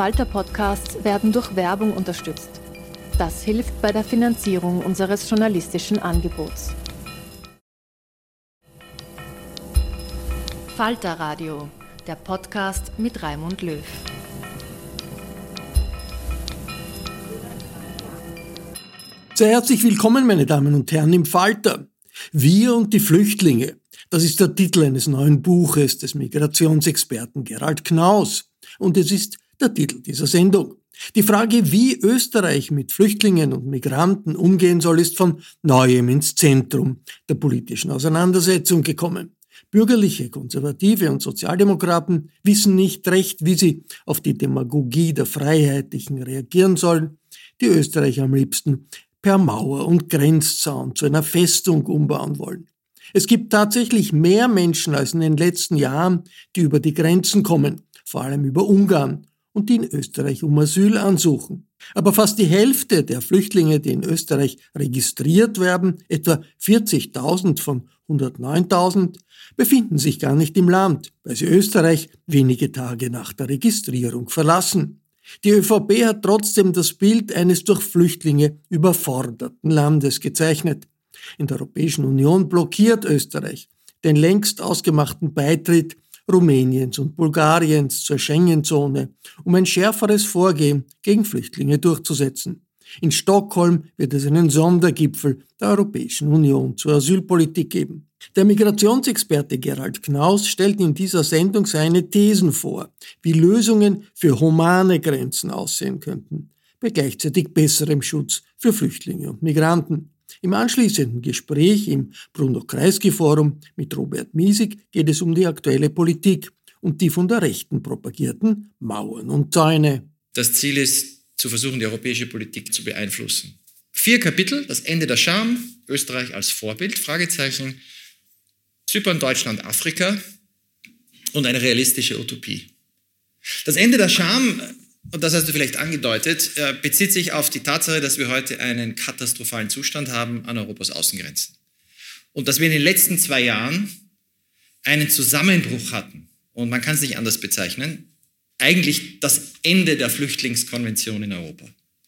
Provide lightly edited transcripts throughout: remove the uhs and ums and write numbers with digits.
Falter-Podcasts werden durch Werbung unterstützt. Das hilft bei der Finanzierung unseres journalistischen Angebots. Falter Radio, der Podcast mit Raimund Löw. Sehr herzlich willkommen, meine Damen und Herren, im Falter. Wir und die Flüchtlinge. Das ist der Titel eines neuen Buches des Migrationsexperten Gerald Knaus. Und es ist der Titel dieser Sendung. Die Frage, wie Österreich mit Flüchtlingen und Migranten umgehen soll, ist von Neuem ins Zentrum der politischen Auseinandersetzung gekommen. Bürgerliche, Konservative und Sozialdemokraten wissen nicht recht, wie sie auf die Demagogie der Freiheitlichen reagieren sollen, die Österreich am liebsten per Mauer und Grenzzaun zu einer Festung umbauen wollen. Es gibt tatsächlich mehr Menschen als in den letzten Jahren, die über die Grenzen kommen, vor allem über Ungarn, und die in Österreich um Asyl ansuchen. Aber fast die Hälfte der Flüchtlinge, die in Österreich registriert werden, etwa 40.000 von 109.000, befinden sich gar nicht im Land, weil sie Österreich wenige Tage nach der Registrierung verlassen. Die ÖVP hat trotzdem das Bild eines durch Flüchtlinge überforderten Landes gezeichnet. In der Europäischen Union blockiert Österreich den längst ausgemachten Beitritt Rumäniens und Bulgariens zur Schengen-Zone, um ein schärferes Vorgehen gegen Flüchtlinge durchzusetzen. In Stockholm wird es einen Sondergipfel der Europäischen Union zur Asylpolitik geben. Der Migrationsexperte Gerald Knaus stellt in dieser Sendung seine Thesen vor, wie Lösungen für humane Grenzen aussehen könnten, bei gleichzeitig besserem Schutz für Flüchtlinge und Migranten. Im anschließenden Gespräch im Bruno-Kreisky-Forum mit Robert Miesig geht es um die aktuelle Politik und die von der Rechten propagierten Mauern und Zäune. Das Ziel ist, zu versuchen, die europäische Politik zu beeinflussen. 4 Kapitel, das Ende der Scham, Österreich als Vorbild, Fragezeichen, Zypern, Deutschland, Afrika und eine realistische Utopie. Das Ende der Scham, und das hast du vielleicht angedeutet, bezieht sich auf die Tatsache, dass wir heute einen katastrophalen Zustand haben an Europas Außengrenzen. Und dass wir in den letzten 2 Jahren einen Zusammenbruch hatten. Und man kann es nicht anders bezeichnen. Eigentlich das Ende der Flüchtlingskonvention in Europa.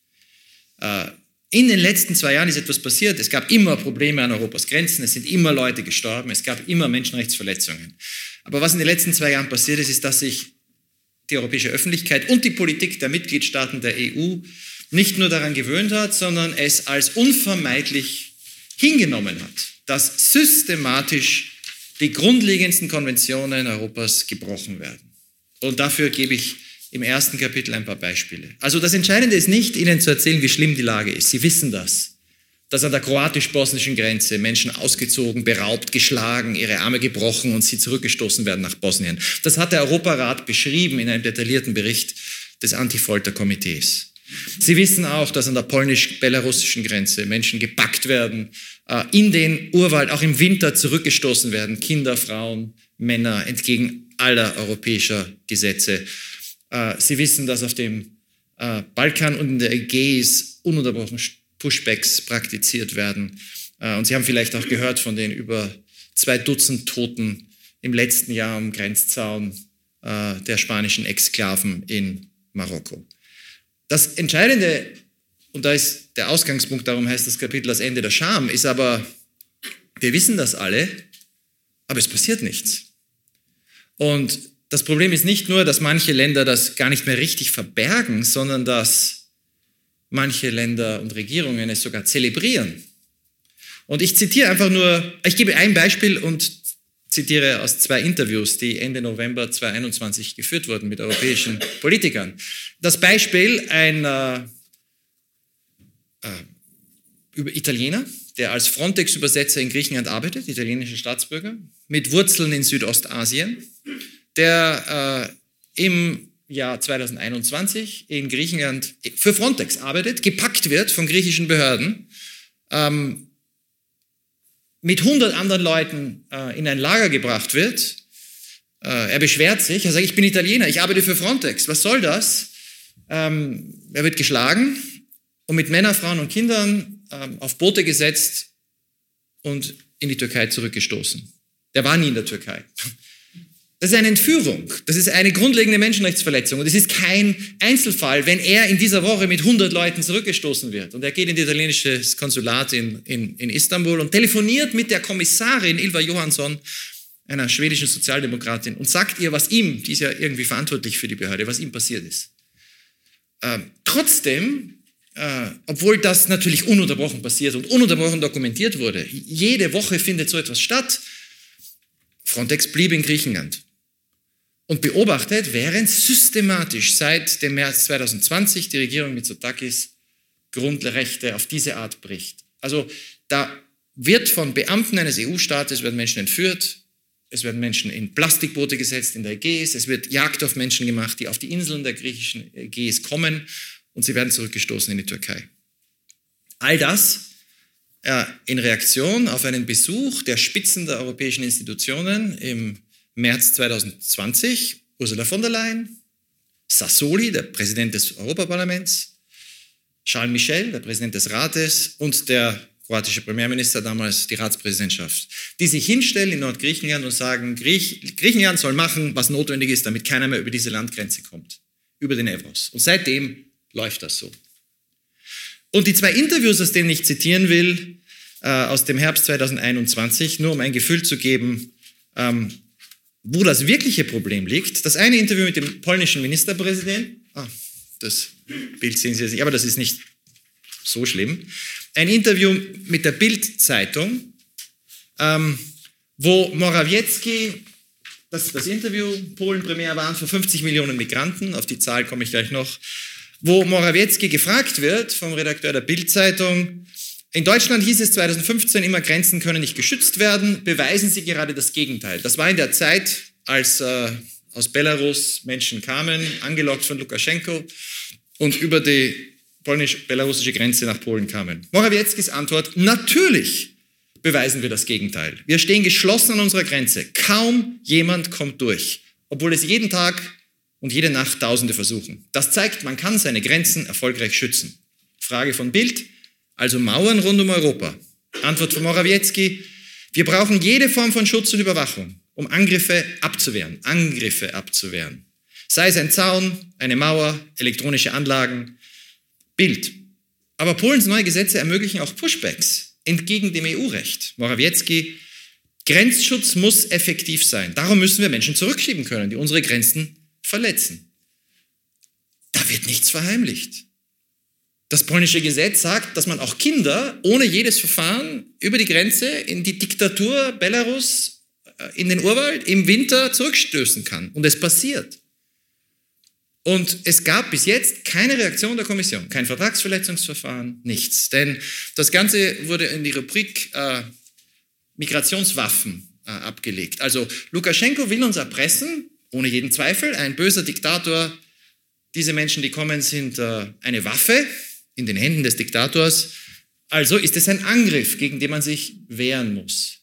In den letzten 2 Jahren ist etwas passiert. Es gab immer Probleme an Europas Grenzen. Es sind immer Leute gestorben. Es gab immer Menschenrechtsverletzungen. Aber was in den letzten 2 Jahren passiert ist, ist, dass sich die europäische Öffentlichkeit und die Politik der Mitgliedstaaten der EU nicht nur daran gewöhnt hat, sondern es als unvermeidlich hingenommen hat, dass systematisch die grundlegendsten Konventionen Europas gebrochen werden. Und dafür gebe ich im ersten Kapitel ein paar Beispiele. Also das Entscheidende ist nicht, Ihnen zu erzählen, wie schlimm die Lage ist. Sie wissen das. Dass an der kroatisch-bosnischen Grenze Menschen ausgezogen, beraubt, geschlagen, ihre Arme gebrochen und sie zurückgestoßen werden nach Bosnien. Das hat der Europarat beschrieben in einem detaillierten Bericht des Anti-Folter-Komitees. Sie wissen auch, dass an der polnisch-belarussischen Grenze Menschen gepackt werden, in den Urwald, auch im Winter zurückgestoßen werden, Kinder, Frauen, Männer, entgegen aller europäischer Gesetze. Sie wissen, dass auf dem Balkan und in der Ägäis ununterbrochen Pushbacks praktiziert werden. Und Sie haben vielleicht auch gehört von den über 2 Dutzend Toten im letzten Jahr am Grenzzaun der spanischen Exklaven in Marokko. Das Entscheidende, und da ist der Ausgangspunkt, darum heißt das Kapitel das Ende der Scham, ist aber, wir wissen das alle, aber es passiert nichts. Und das Problem ist nicht nur, dass manche Länder das gar nicht mehr richtig verbergen, sondern dass manche Länder und Regierungen es sogar zelebrieren. Und ich zitiere einfach nur, ich gebe ein Beispiel und zitiere aus 2 Interviews, die Ende November 2021 geführt wurden mit europäischen Politikern. Das Beispiel, ein Italiener, der als Frontex-Übersetzer in Griechenland arbeitet, italienischer Staatsbürger, mit Wurzeln in Südostasien, der im Jahr 2021 in Griechenland für Frontex arbeitet, gepackt wird von griechischen Behörden, mit 100 anderen Leuten in ein Lager gebracht wird. Er beschwert sich, er sagt, ich bin Italiener, ich arbeite für Frontex, was soll das? Er wird geschlagen und mit Männern, Frauen und Kindern auf Boote gesetzt und in die Türkei zurückgestoßen. Der war nie in der Türkei. Das ist eine Entführung. Das ist eine grundlegende Menschenrechtsverletzung. Und es ist kein Einzelfall, wenn er in dieser Woche mit 100 Leuten zurückgestoßen wird. Und er geht in das italienische Konsulat in Istanbul und telefoniert mit der Kommissarin Ylva Johansson, einer schwedischen Sozialdemokratin, und sagt ihr, was ihm, die ist ja irgendwie verantwortlich für die Behörde, was ihm passiert ist. Trotzdem, obwohl das natürlich ununterbrochen passiert und ununterbrochen dokumentiert wurde, jede Woche findet so etwas statt, Frontex blieb in Griechenland und beobachtet, während systematisch seit dem März 2020 die Regierung Mitsotakis Grundrechte auf diese Art bricht. Also da wird von Beamten eines EU-Staates werden Menschen entführt, es werden Menschen in Plastikboote gesetzt in der Ägäis, es wird Jagd auf Menschen gemacht, die auf die Inseln der griechischen Ägäis kommen, und sie werden zurückgestoßen in die Türkei. All das in Reaktion auf einen Besuch der Spitzen der europäischen Institutionen im März 2020, Ursula von der Leyen, Sassoli, der Präsident des Europaparlaments, Charles Michel, der Präsident des Rates, und der kroatische Premierminister, damals die Ratspräsidentschaft, die sich hinstellen in Nordgriechenland und sagen, Griechenland soll machen, was notwendig ist, damit keiner mehr über diese Landgrenze kommt, über den Evros. Und seitdem läuft das so. Und die zwei Interviews, aus denen ich zitieren will, aus dem Herbst 2021, nur um ein Gefühl zu geben, wo das wirkliche Problem liegt. Das eine Interview mit dem polnischen Ministerpräsidenten, das Bild sehen Sie jetzt nicht, aber das ist nicht so schlimm. Ein Interview mit der Bild-Zeitung, wo Morawiecki, das Interview, Polen primär waren für 50 Millionen Migranten, auf die Zahl komme ich gleich noch, wo Morawiecki gefragt wird vom Redakteur der Bild-Zeitung, in Deutschland hieß es 2015 immer, Grenzen können nicht geschützt werden, beweisen Sie gerade das Gegenteil. Das war in der Zeit, als aus Belarus Menschen kamen, angelockt von Lukaschenko und über die polnisch-belarussische Grenze nach Polen kamen. Morawieckis Antwort, natürlich beweisen wir das Gegenteil. Wir stehen geschlossen an unserer Grenze. Kaum jemand kommt durch, obwohl es jeden Tag und jede Nacht Tausende versuchen. Das zeigt, man kann seine Grenzen erfolgreich schützen. Frage von Bild, also Mauern rund um Europa. Antwort von Morawiecki, wir brauchen jede Form von Schutz und Überwachung, um Angriffe abzuwehren. Sei es ein Zaun, eine Mauer, elektronische Anlagen. Bild. Aber Polens neue Gesetze ermöglichen auch Pushbacks entgegen dem EU-Recht. Morawiecki, Grenzschutz muss effektiv sein. Darum müssen wir Menschen zurückschieben können, die unsere Grenzen verletzen. Da wird nichts verheimlicht. Das polnische Gesetz sagt, dass man auch Kinder ohne jedes Verfahren über die Grenze in die Diktatur Belarus, in den Urwald, im Winter zurückstößen kann. Und es passiert. Und es gab bis jetzt keine Reaktion der Kommission, kein Vertragsverletzungsverfahren, nichts. Denn das Ganze wurde in die Rubrik Migrationswaffen abgelegt. Also Lukaschenko will uns erpressen, ohne jeden Zweifel, ein böser Diktator. Diese Menschen, die kommen, sind eine Waffe in den Händen des Diktators. Also ist es ein Angriff, gegen den man sich wehren muss.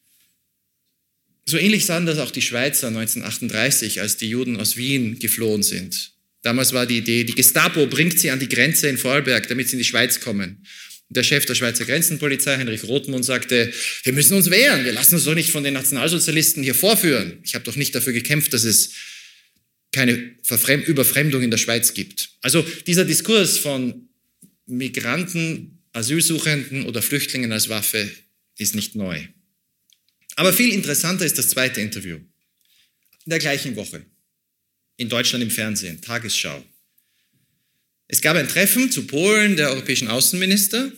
So ähnlich sahen das auch die Schweizer 1938, als die Juden aus Wien geflohen sind. Damals war die Idee, die Gestapo bringt sie an die Grenze in Vorarlberg, damit sie in die Schweiz kommen. Und der Chef der Schweizer Grenzenpolizei, Heinrich Rothmund, sagte, wir müssen uns wehren, wir lassen uns doch nicht von den Nationalsozialisten hier vorführen. Ich habe doch nicht dafür gekämpft, dass es keine Überfremdung in der Schweiz gibt. Also dieser Diskurs von Migranten, Asylsuchenden oder Flüchtlingen als Waffe ist nicht neu. Aber viel interessanter ist das zweite Interview. In der gleichen Woche. In Deutschland im Fernsehen, Tagesschau. Es gab ein Treffen zu Polen der europäischen Außenminister.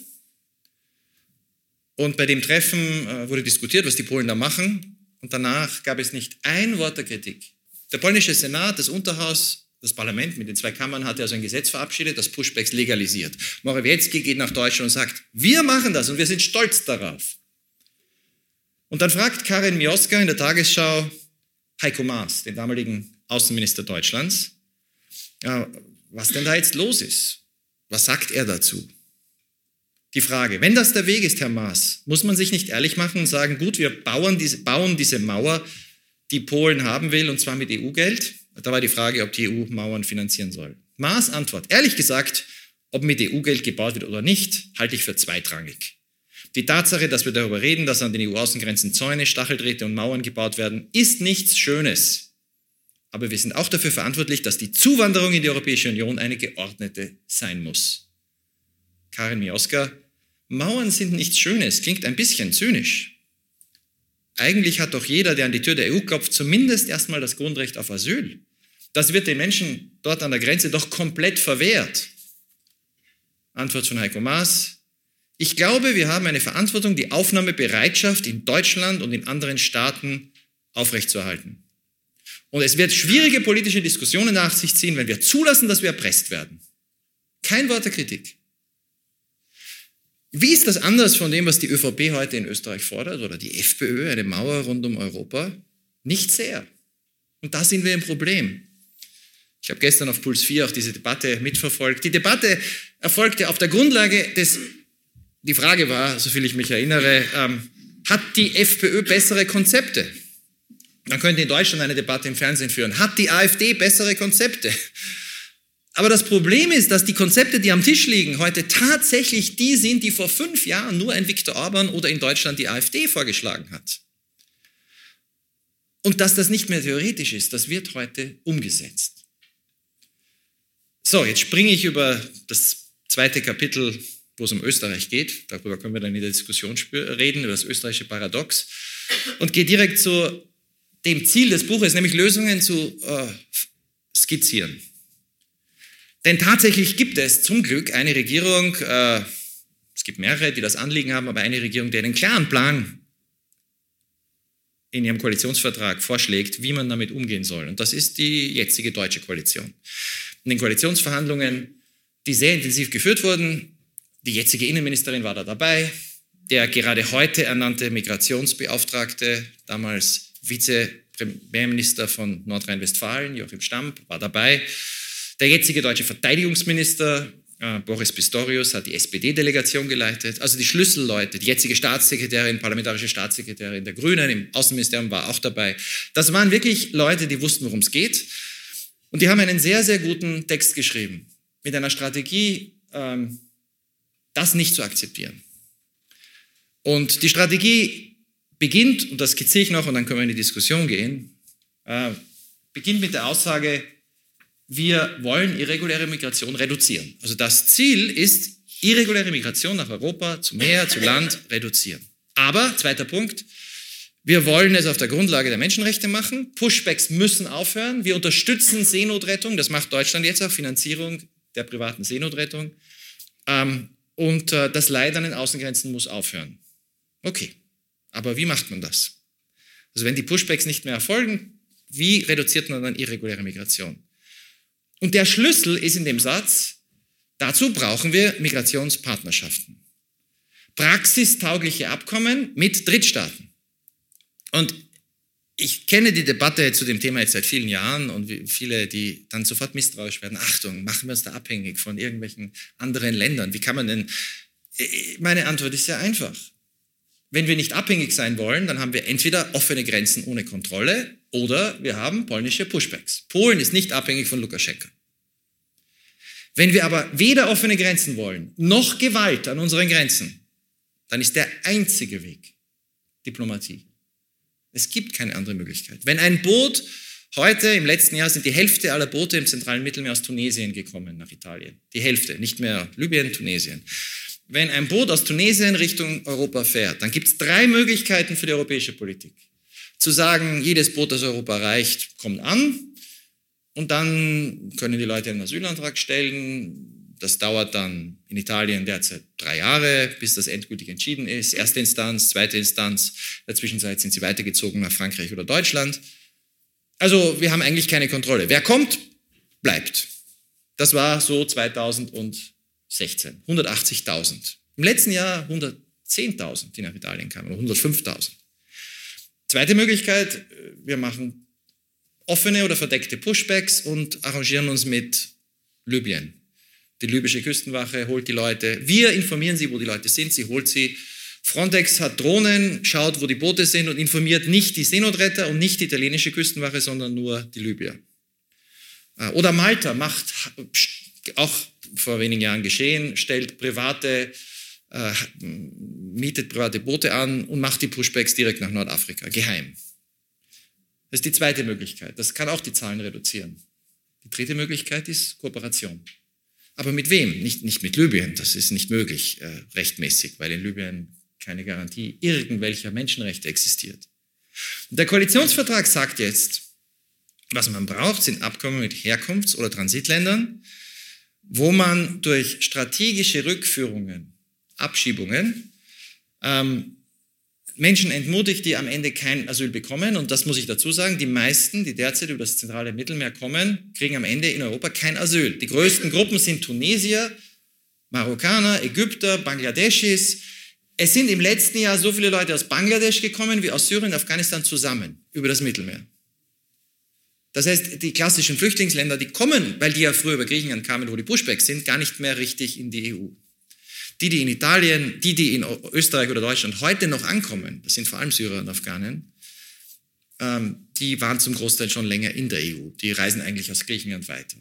Und bei dem Treffen wurde diskutiert, was die Polen da machen. Und danach gab es nicht ein Wort der Kritik. Der polnische Senat, das Unterhaus, das Parlament mit den zwei Kammern hatte also ein Gesetz verabschiedet, das Pushbacks legalisiert. Morawiecki geht nach Deutschland und sagt, wir machen das und wir sind stolz darauf. Und dann fragt Karin Mioska in der Tagesschau Heiko Maas, den damaligen Außenminister Deutschlands, was denn da jetzt los ist. Was sagt er dazu? Die Frage, wenn das der Weg ist, Herr Maas, muss man sich nicht ehrlich machen und sagen, gut, wir bauen diese Mauer, die Polen haben will, und zwar mit EU-Geld? Da war die Frage, ob die EU Mauern finanzieren soll. Maas Antwort, ehrlich gesagt, ob mit EU-Geld gebaut wird oder nicht, halte ich für zweitrangig. Die Tatsache, dass wir darüber reden, dass an den EU-Außengrenzen Zäune, Stacheldrähte und Mauern gebaut werden, ist nichts Schönes. aber wir sind auch dafür verantwortlich, dass die Zuwanderung in die Europäische Union eine geordnete sein muss. Karin Mioska, Mauern sind nichts Schönes, klingt ein bisschen zynisch. Eigentlich hat doch jeder, der an die Tür der EU klopft, zumindest erstmal das Grundrecht auf Asyl. Das wird den Menschen dort an der Grenze doch komplett verwehrt. Antwort von Heiko Maas. Ich glaube, wir haben eine Verantwortung, die Aufnahmebereitschaft in Deutschland und in anderen Staaten aufrechtzuerhalten. Und es wird schwierige politische Diskussionen nach sich ziehen, wenn wir zulassen, dass wir erpresst werden. Kein Wort der Kritik. Wie ist das anders von dem, was die ÖVP heute in Österreich fordert oder die FPÖ, eine Mauer rund um Europa? Nicht sehr. Und da sind wir im Problem. Ich habe gestern auf Puls 4 auch diese Debatte mitverfolgt. Die Debatte erfolgte auf der Grundlage die Frage war, soviel ich mich erinnere, hat die FPÖ bessere Konzepte? Man könnte in Deutschland eine Debatte im Fernsehen führen. Hat die AfD bessere Konzepte? Aber das Problem ist, dass die Konzepte, die am Tisch liegen, heute tatsächlich die sind, die vor 5 Jahren nur ein Viktor Orban oder in Deutschland die AfD vorgeschlagen hat. Und dass das nicht mehr theoretisch ist, das wird heute umgesetzt. So, jetzt springe ich über das 2. Kapitel, wo es um Österreich geht. Darüber können wir dann in der Diskussion reden, über das österreichische Paradox. Und gehe direkt zu dem Ziel des Buches, nämlich Lösungen zu skizzieren. Denn tatsächlich gibt es zum Glück eine Regierung, es gibt mehrere, die das Anliegen haben, aber eine Regierung, die einen klaren Plan in ihrem Koalitionsvertrag vorschlägt, wie man damit umgehen soll. Und das ist die jetzige deutsche Koalition. In den Koalitionsverhandlungen, die sehr intensiv geführt wurden, die jetzige Innenministerin war da dabei, der gerade heute ernannte Migrationsbeauftragte, damals Vizepremierminister von Nordrhein-Westfalen, Joachim Stamp, war dabei. Der jetzige deutsche Verteidigungsminister Boris Pistorius hat die SPD-Delegation geleitet. Also die Schlüsselleute, die jetzige Staatssekretärin, parlamentarische Staatssekretärin der Grünen im Außenministerium war auch dabei. Das waren wirklich Leute, die wussten, worum es geht. Und die haben einen sehr, sehr guten Text geschrieben mit einer Strategie, das nicht zu akzeptieren. Und die Strategie beginnt, und das skizziere ich noch und dann können wir in die Diskussion gehen, beginnt mit der Aussage, wir wollen irreguläre Migration reduzieren. Also das Ziel ist, irreguläre Migration nach Europa, zu Meer, zu Land, reduzieren. Aber, zweiter Punkt, wir wollen es auf der Grundlage der Menschenrechte machen. Pushbacks müssen aufhören. Wir unterstützen Seenotrettung, das macht Deutschland jetzt auch, Finanzierung der privaten Seenotrettung. Und das Leid an den Außengrenzen muss aufhören. Okay, aber wie macht man das? Also wenn die Pushbacks nicht mehr erfolgen, wie reduziert man dann irreguläre Migration? Und der Schlüssel ist in dem Satz, dazu brauchen wir Migrationspartnerschaften. Praxistaugliche Abkommen mit Drittstaaten. Und ich kenne die Debatte zu dem Thema jetzt seit vielen Jahren und viele, die dann sofort misstrauisch werden. Achtung, machen wir uns da abhängig von irgendwelchen anderen Ländern? Wie kann man denn? Meine Antwort ist sehr einfach. Wenn wir nicht abhängig sein wollen, dann haben wir entweder offene Grenzen ohne Kontrolle oder wir haben polnische Pushbacks. Polen ist nicht abhängig von Lukaschenka. Wenn wir aber weder offene Grenzen wollen, noch Gewalt an unseren Grenzen, dann ist der einzige Weg Diplomatie. Es gibt keine andere Möglichkeit. Wenn ein Boot, heute im letzten Jahr sind die Hälfte aller Boote im zentralen Mittelmeer aus Tunesien gekommen nach Italien. Die Hälfte, nicht mehr Libyen, Tunesien. Wenn ein Boot aus Tunesien Richtung Europa fährt, dann gibt es 3 Möglichkeiten für die europäische Politik. Zu sagen, jedes Boot, das Europa erreicht, kommt an und dann können die Leute einen Asylantrag stellen. Das dauert dann in Italien derzeit 3 Jahre, bis das endgültig entschieden ist. Erste Instanz, zweite Instanz. In der Zwischenzeit sind sie weitergezogen nach Frankreich oder Deutschland. Also wir haben eigentlich keine Kontrolle. Wer kommt, bleibt. Das war so 2016. 180.000. Im letzten Jahr 110.000, die nach Italien kamen, oder 105.000. Zweite Möglichkeit, wir machen offene oder verdeckte Pushbacks und arrangieren uns mit Libyen. Die libysche Küstenwache holt die Leute. Wir informieren sie, wo die Leute sind. Sie holt sie. Frontex hat Drohnen, schaut, wo die Boote sind und informiert nicht die Seenotretter und nicht die italienische Küstenwache, sondern nur die Libyer. Oder Malta macht, auch vor wenigen Jahren geschehen, mietet private Boote an und macht die Pushbacks direkt nach Nordafrika, geheim. Das ist die zweite Möglichkeit. Das kann auch die Zahlen reduzieren. Die dritte Möglichkeit ist Kooperation. Aber mit wem? Nicht mit Libyen. Das ist nicht möglich, rechtmäßig, weil in Libyen keine Garantie irgendwelcher Menschenrechte existiert. Und der Koalitionsvertrag sagt jetzt, was man braucht, sind Abkommen mit Herkunfts- oder Transitländern, wo man durch strategische Rückführungen, Abschiebungen, Menschen entmutigt, die am Ende kein Asyl bekommen. Und das muss ich dazu sagen, die meisten, die derzeit über das zentrale Mittelmeer kommen, kriegen am Ende in Europa kein Asyl. Die größten Gruppen sind Tunesier, Marokkaner, Ägypter, Bangladeschis. Es sind im letzten Jahr so viele Leute aus Bangladesch gekommen wie aus Syrien und Afghanistan zusammen über das Mittelmeer. Das heißt, die klassischen Flüchtlingsländer, die kommen, weil die ja früher über Griechenland kamen, wo die Pushbacks sind, gar nicht mehr richtig in die EU. Die in Italien, die in Österreich oder Deutschland heute noch ankommen, das sind vor allem Syrer und Afghanen, die waren zum Großteil schon länger in der EU. Die reisen eigentlich aus Griechenland weiter.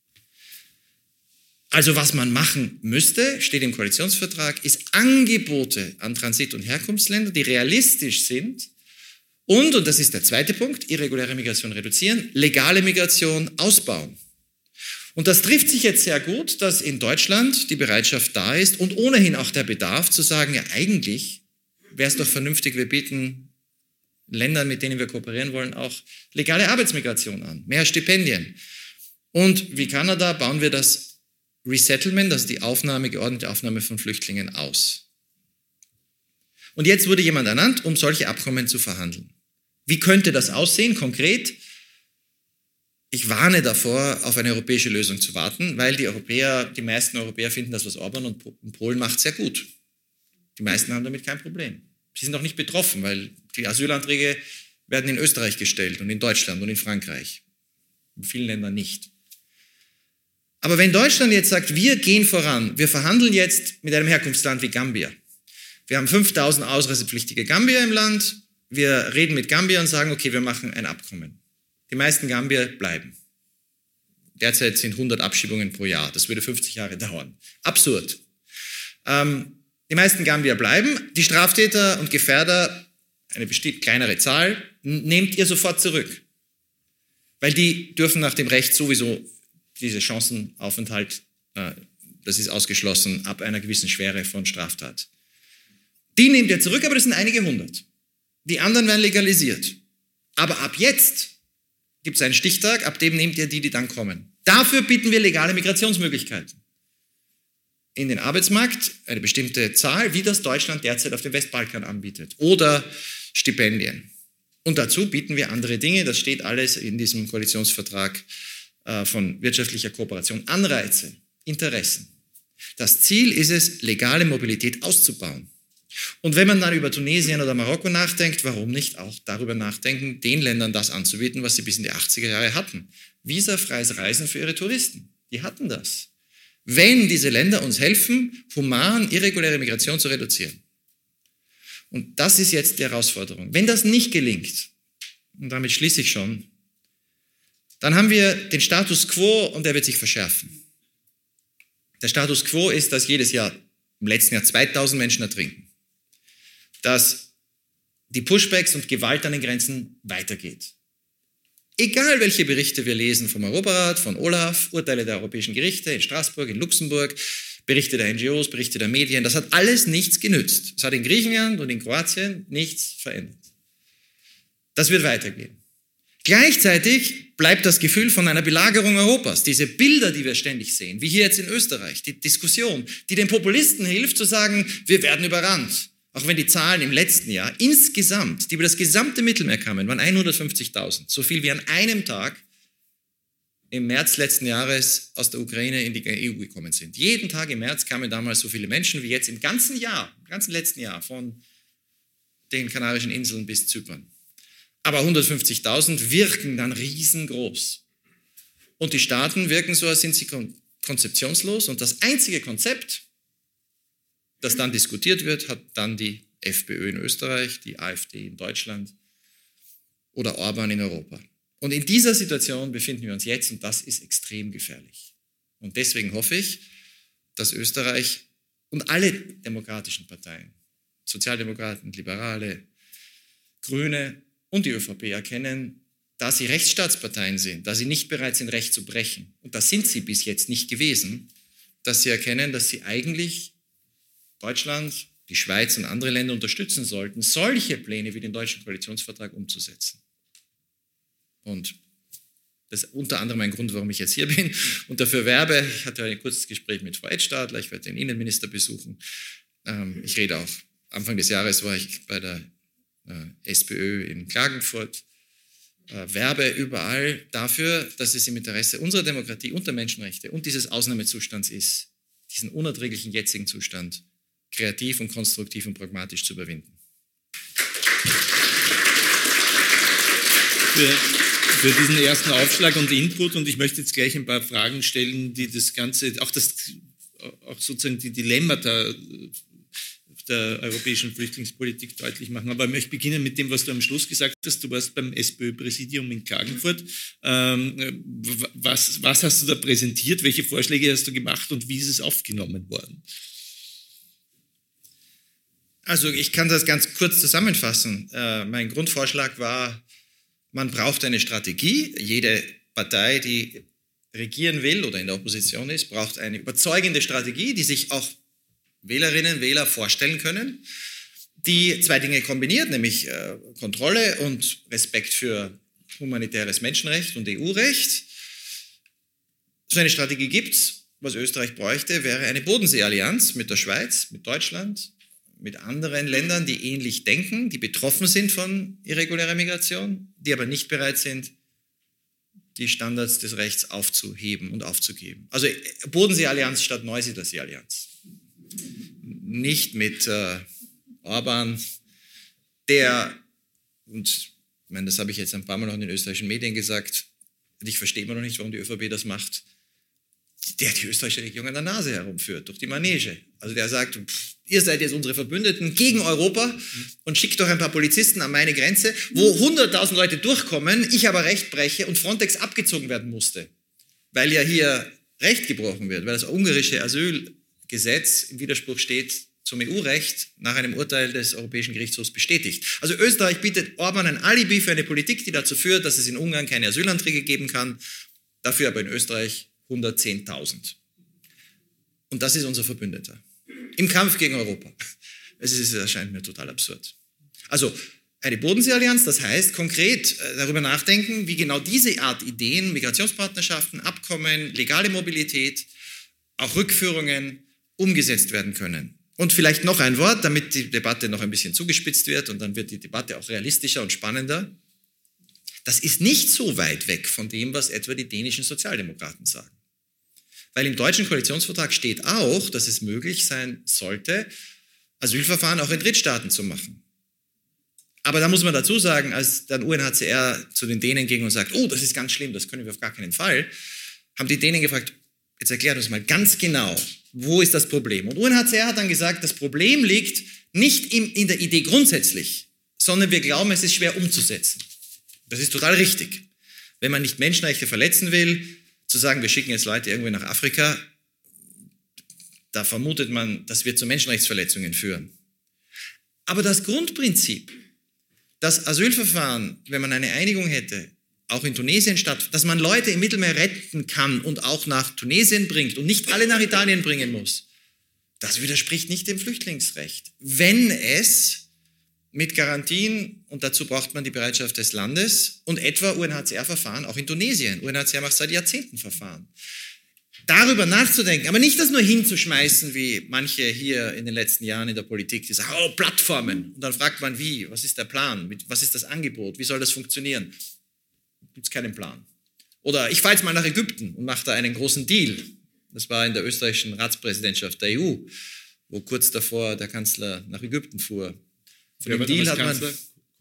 Also was man machen müsste, steht im Koalitionsvertrag, ist Angebote an Transit- und Herkunftsländer, die realistisch sind und das ist der zweite Punkt, irreguläre Migration reduzieren, legale Migration ausbauen. Und das trifft sich jetzt sehr gut, dass in Deutschland die Bereitschaft da ist und ohnehin auch der Bedarf zu sagen, ja eigentlich wäre es doch vernünftig, wir bieten Ländern, mit denen wir kooperieren wollen, auch legale Arbeitsmigration an, mehr Stipendien. Und wie Kanada bauen wir das Resettlement, also die geordnete Aufnahme von Flüchtlingen aus. Und jetzt wurde jemand ernannt, um solche Abkommen zu verhandeln. Wie könnte das aussehen konkret? Ich warne davor, auf eine europäische Lösung zu warten, weil die meisten Europäer finden das, was Orban und Polen macht, sehr gut. Die meisten haben damit kein Problem. Sie sind auch nicht betroffen, weil die Asylanträge werden in Österreich gestellt und in Deutschland und in Frankreich. In vielen Ländern nicht. Aber wenn Deutschland jetzt sagt, wir gehen voran, wir verhandeln jetzt mit einem Herkunftsland wie Gambia. Wir haben 5.000 ausreisepflichtige Gambier im Land. Wir reden mit Gambia und sagen, okay, wir machen ein Abkommen. Die meisten Gambier bleiben. Derzeit sind 100 Abschiebungen pro Jahr. Das würde 50 Jahre dauern. Absurd. Die meisten Gambier bleiben. Die Straftäter und Gefährder, eine bestimmt kleinere Zahl, nehmt ihr sofort zurück. Weil die dürfen nach dem Recht sowieso diese Chancenaufenthalt, das ist ausgeschlossen, ab einer gewissen Schwere von Straftat. Die nehmt ihr zurück, aber das sind einige hundert. Die anderen werden legalisiert. Aber ab jetzt gibt es einen Stichtag, ab dem nehmt ihr die dann kommen. Dafür bieten wir legale Migrationsmöglichkeiten. In den Arbeitsmarkt eine bestimmte Zahl, wie das Deutschland derzeit auf dem Westbalkan anbietet. Oder Stipendien. Und dazu bieten wir andere Dinge, das steht alles in diesem Koalitionsvertrag von wirtschaftlicher Kooperation. Anreize, Interessen. Das Ziel ist es, legale Mobilität auszubauen. Und wenn man dann über Tunesien oder Marokko nachdenkt, warum nicht auch darüber nachdenken, den Ländern das anzubieten, was sie bis in die 80er Jahre hatten? Visafreies Reisen für ihre Touristen. Die hatten das. Wenn diese Länder uns helfen, human irreguläre Migration zu reduzieren. Und das ist jetzt die Herausforderung. Wenn das nicht gelingt, und damit schließe ich schon, dann haben wir den Status quo und der wird sich verschärfen. Der Status quo ist, dass jedes Jahr, im letzten Jahr 2000 Menschen ertrinken. Dass die Pushbacks und Gewalt an den Grenzen weitergeht. Egal, welche Berichte wir lesen vom Europarat, von Olaf, Urteile der europäischen Gerichte in Straßburg, in Luxemburg, Berichte der NGOs, Berichte der Medien, das hat alles nichts genützt. Es hat in Griechenland und in Kroatien nichts verändert. Das wird weitergehen. Gleichzeitig bleibt das Gefühl von einer Belagerung Europas. Diese Bilder, die wir ständig sehen, wie hier jetzt in Österreich, die Diskussion, die den Populisten hilft zu sagen, wir werden überrannt. Auch wenn die Zahlen im letzten Jahr insgesamt, die über das gesamte Mittelmeer kamen, waren 150.000. So viel wie an einem Tag im März letzten Jahres aus der Ukraine in die EU gekommen sind. Jeden Tag im März kamen damals so viele Menschen wie jetzt im ganzen Jahr, im ganzen letzten Jahr, von den Kanarischen Inseln bis Zypern. Aber 150.000 wirken dann riesengroß. Und die Staaten wirken so, als sind sie konzeptionslos. Und das einzige Konzept, das dann diskutiert wird, hat dann die FPÖ in Österreich, die AfD in Deutschland oder Orban in Europa. Und in dieser Situation befinden wir uns jetzt und das ist extrem gefährlich. Und deswegen hoffe ich, dass Österreich und alle demokratischen Parteien, Sozialdemokraten, Liberale, Grüne und die ÖVP erkennen, da sie Rechtsstaatsparteien sind, da sie nicht bereit sind, Recht zu brechen, und das sind sie bis jetzt nicht gewesen, dass sie erkennen, dass sie eigentlich Deutschland, die Schweiz und andere Länder unterstützen sollten, solche Pläne wie den deutschen Koalitionsvertrag umzusetzen. Und das ist unter anderem ein Grund, warum ich jetzt hier bin und dafür werbe. Ich hatte ein kurzes Gespräch mit Frau Edstadler, ich werde den Innenminister besuchen. Ich rede auch, Anfang des Jahres war ich bei der SPÖ in Klagenfurt. Werbe überall dafür, dass es im Interesse unserer Demokratie und der Menschenrechte und dieses Ausnahmezustands ist, diesen unerträglichen jetzigen Zustand kreativ und konstruktiv und pragmatisch zu überwinden. Für diesen ersten Aufschlag und Input, und ich möchte jetzt gleich ein paar Fragen stellen, die das Ganze, auch sozusagen die Dilemmata der europäischen Flüchtlingspolitik deutlich machen. Aber ich möchte beginnen mit dem, was du am Schluss gesagt hast. Du warst beim SPÖ-Präsidium in Klagenfurt. Was hast du da präsentiert? Welche Vorschläge hast du gemacht und wie ist es aufgenommen worden? Also ich kann das ganz kurz zusammenfassen. Mein Grundvorschlag war, man braucht eine Strategie. Jede Partei, die regieren will oder in der Opposition ist, braucht eine überzeugende Strategie, die sich auch Wählerinnen und Wähler vorstellen können, die zwei Dinge kombiniert, nämlich Kontrolle und Respekt für humanitäres Menschenrecht und EU-Recht. So eine Strategie gibt es. Was Österreich bräuchte, wäre eine Bodenseeallianz mit der Schweiz, mit Deutschland, mit anderen Ländern, die ähnlich denken, die betroffen sind von irregulärer Migration, die aber nicht bereit sind, die Standards des Rechts aufzuheben und aufzugeben. Also Bodenseeallianz statt Neusiedlerseeallianz. Nicht mit Orban, und ich meine, das habe ich jetzt ein paar Mal noch in den österreichischen Medien gesagt, und ich verstehe immer noch nicht, warum die ÖVP das macht, der die österreichische Regierung an der Nase herumführt, durch die Manege. Also der sagt, ihr seid jetzt unsere Verbündeten gegen Europa und schickt doch ein paar Polizisten an meine Grenze, wo 100.000 Leute durchkommen, ich aber Recht breche und Frontex abgezogen werden musste, weil ja hier Recht gebrochen wird, weil das ungarische Asylgesetz im Widerspruch steht zum EU-Recht nach einem Urteil des Europäischen Gerichtshofs bestätigt. Also Österreich bietet Orban ein Alibi für eine Politik, die dazu führt, dass es in Ungarn keine Asylanträge geben kann, dafür aber in Österreich 110.000. Und das ist unser Verbündeter. Im Kampf gegen Europa. Es erscheint mir total absurd. Also eine Bodenseeallianz, das heißt konkret darüber nachdenken, wie genau diese Art Ideen, Migrationspartnerschaften, Abkommen, legale Mobilität, auch Rückführungen umgesetzt werden können. Und vielleicht noch ein Wort, damit die Debatte noch ein bisschen zugespitzt wird und dann wird die Debatte auch realistischer und spannender. Das ist nicht so weit weg von dem, was etwa die dänischen Sozialdemokraten sagen. Weil im deutschen Koalitionsvertrag steht auch, dass es möglich sein sollte, Asylverfahren auch in Drittstaaten zu machen. Aber da muss man dazu sagen, als dann UNHCR zu den Dänen ging und sagt, oh, das ist ganz schlimm, das können wir auf gar keinen Fall, haben die Dänen gefragt, jetzt erklärt uns mal ganz genau, wo ist das Problem? Und UNHCR hat dann gesagt, das Problem liegt nicht in der Idee grundsätzlich, sondern wir glauben, es ist schwer umzusetzen. Das ist total richtig. Wenn man nicht Menschenrechte verletzen will, zu sagen, wir schicken jetzt Leute irgendwie nach Afrika, da vermutet man, das wird zu Menschenrechtsverletzungen führen. Aber das Grundprinzip, dass Asylverfahren, wenn man eine Einigung hätte, auch in Tunesien dass man Leute im Mittelmeer retten kann und auch nach Tunesien bringt und nicht alle nach Italien bringen muss, das widerspricht nicht dem Flüchtlingsrecht. Wenn es mit Garantien, und dazu braucht man die Bereitschaft des Landes, und etwa UNHCR-Verfahren auch in Tunesien. UNHCR macht seit Jahrzehnten Verfahren. Darüber nachzudenken, aber nicht das nur hinzuschmeißen, wie manche hier in den letzten Jahren in der Politik, die sagen, oh, Plattformen. Und dann fragt man, wie, was ist der Plan, was ist das Angebot, wie soll das funktionieren? Gibt es keinen Plan. Oder ich fahre jetzt mal nach Ägypten und mache da einen großen Deal. Das war in der österreichischen Ratspräsidentschaft der EU, wo kurz davor der Kanzler nach Ägypten fuhr. Von dem Deal hat man,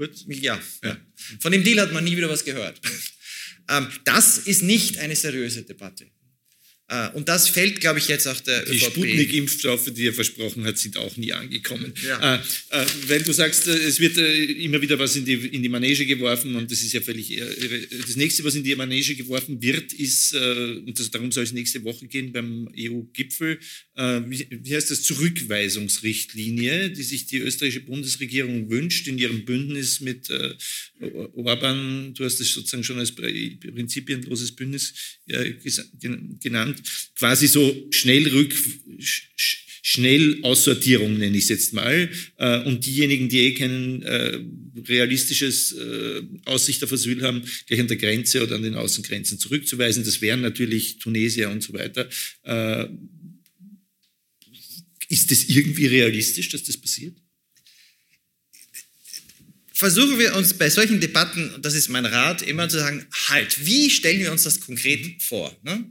von dem Deal hat man nie wieder was gehört. Das ist nicht eine seriöse Debatte. Und das fällt, glaube ich, jetzt auch der Die ÖVP. Sputnik-Impfstoffe, die er versprochen hat, sind auch nie angekommen. Ja. Weil du sagst, es wird immer wieder was in die Manege geworfen und das ist ja völlig irre. Das nächste, was in die Manege geworfen wird, ist, und darum soll es nächste Woche gehen beim EU-Gipfel, wie heißt das, Zurückweisungsrichtlinie, die sich die österreichische Bundesregierung wünscht in ihrem Bündnis mit Orban. Du hast es sozusagen schon als prinzipienloses Bündnis genannt. Quasi so Schnellaussortierung nenne ich es jetzt mal. Und diejenigen, die kein realistisches Aussicht auf Asyl haben, gleich an der Grenze oder an den Außengrenzen zurückzuweisen. Das wären natürlich Tunesier und so weiter. Ist das irgendwie realistisch, dass das passiert? Versuchen wir uns bei solchen Debatten, und das ist mein Rat, immer zu sagen, halt, wie stellen wir uns das konkret vor? Ne?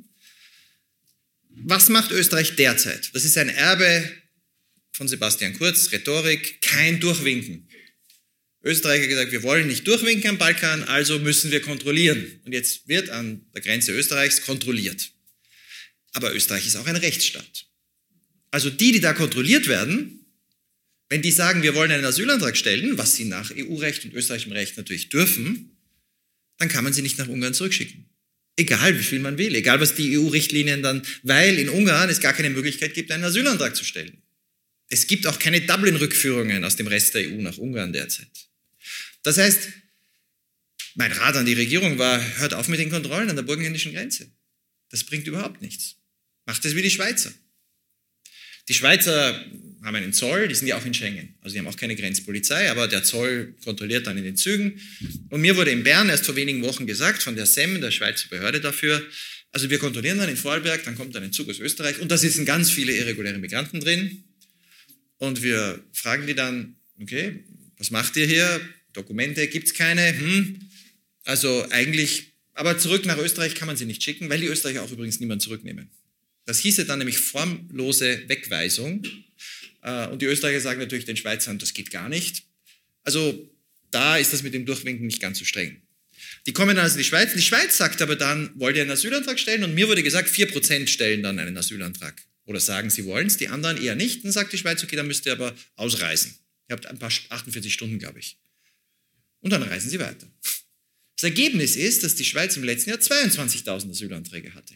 Was macht Österreich derzeit? Das ist ein Erbe von Sebastian Kurz, Rhetorik, kein Durchwinken. Österreich hat gesagt, wir wollen nicht durchwinken am Balkan, also müssen wir kontrollieren. Und jetzt wird an der Grenze Österreichs kontrolliert. Aber Österreich ist auch ein Rechtsstaat. Also die da kontrolliert werden, wenn die sagen, wir wollen einen Asylantrag stellen, was sie nach EU-Recht und österreichischem Recht natürlich dürfen, dann kann man sie nicht nach Ungarn zurückschicken. Egal, wie viel man will, egal, was die EU-Richtlinien dann, weil in Ungarn es gar keine Möglichkeit gibt, einen Asylantrag zu stellen. Es gibt auch keine Dublin-Rückführungen aus dem Rest der EU nach Ungarn derzeit. Das heißt, mein Rat an die Regierung war, hört auf mit den Kontrollen an der burgenländischen Grenze. Das bringt überhaupt nichts. Macht es wie die Schweizer. Die Schweizer haben einen Zoll, die sind ja auch in Schengen. Also die haben auch keine Grenzpolizei, aber der Zoll kontrolliert dann in den Zügen. Und mir wurde in Bern erst vor wenigen Wochen gesagt, von der SEM, der Schweizer Behörde dafür, also wir kontrollieren dann in Vorarlberg, dann kommt dann ein Zug aus Österreich und da sitzen ganz viele irreguläre Migranten drin. Und wir fragen die dann, okay, was macht ihr hier? Dokumente, gibt's keine? Also eigentlich, aber zurück nach Österreich kann man sie nicht schicken, weil die Österreicher auch übrigens niemand zurücknehmen. Das hieße dann nämlich formlose Wegweisung. Und die Österreicher sagen natürlich den Schweizern, das geht gar nicht. Also da ist das mit dem Durchwinken nicht ganz so streng. Die kommen dann also in die Schweiz. Die Schweiz sagt aber dann, wollt ihr einen Asylantrag stellen? Und mir wurde gesagt, 4% stellen dann einen Asylantrag. Oder sagen, sie wollen es, die anderen eher nicht. Dann sagt die Schweiz, okay, dann müsst ihr aber ausreisen. Ihr habt ein paar 48 Stunden, glaube ich. Und dann reisen sie weiter. Das Ergebnis ist, dass die Schweiz im letzten Jahr 22.000 Asylanträge hatte.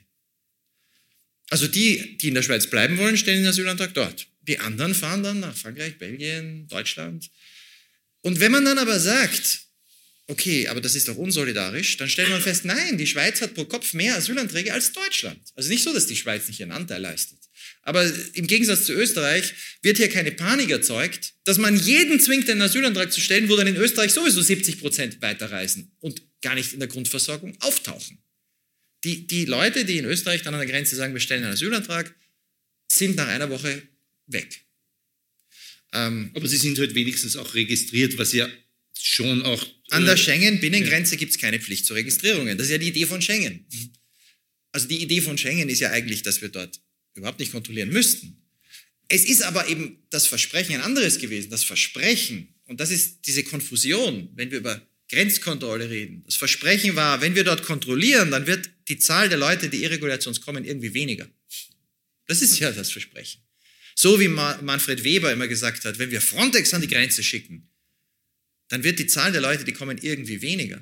Also die in der Schweiz bleiben wollen, stellen den Asylantrag dort. Die anderen fahren dann nach Frankreich, Belgien, Deutschland. Und wenn man dann aber sagt, okay, aber das ist doch unsolidarisch, dann stellt man fest, nein, die Schweiz hat pro Kopf mehr Asylanträge als Deutschland. Also nicht so, dass die Schweiz nicht ihren Anteil leistet. Aber im Gegensatz zu Österreich wird hier keine Panik erzeugt, dass man jeden zwingt, einen Asylantrag zu stellen, wo dann in Österreich sowieso 70% weiterreisen und gar nicht in der Grundversorgung auftauchen. Die Leute, die in Österreich dann an der Grenze sagen, wir stellen einen Asylantrag, sind nach einer Woche weg. Aber sie sind halt wenigstens auch registriert, was ja schon auch... An der Schengen-Binnengrenze gibt es keine Pflicht zu Registrierungen. Das ist ja die Idee von Schengen. Also die Idee von Schengen ist ja eigentlich, dass wir dort überhaupt nicht kontrollieren müssten. Es ist aber eben das Versprechen ein anderes gewesen. Das Versprechen, und das ist diese Konfusion, wenn wir über Grenzkontrolle reden. Das Versprechen war, wenn wir dort kontrollieren, dann wird die Zahl der Leute, die irregulär zu uns kommen, irgendwie weniger. Das ist ja das Versprechen. So wie Manfred Weber immer gesagt hat, wenn wir Frontex an die Grenze schicken, dann wird die Zahl der Leute, die kommen, irgendwie weniger.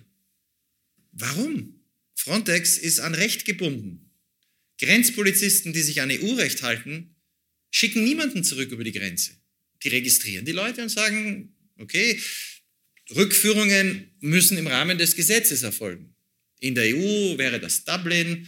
Warum? Frontex ist an Recht gebunden. Grenzpolizisten, die sich an EU-Recht halten, schicken niemanden zurück über die Grenze. Die registrieren die Leute und sagen, okay, Rückführungen müssen im Rahmen des Gesetzes erfolgen. In der EU wäre das Dublin,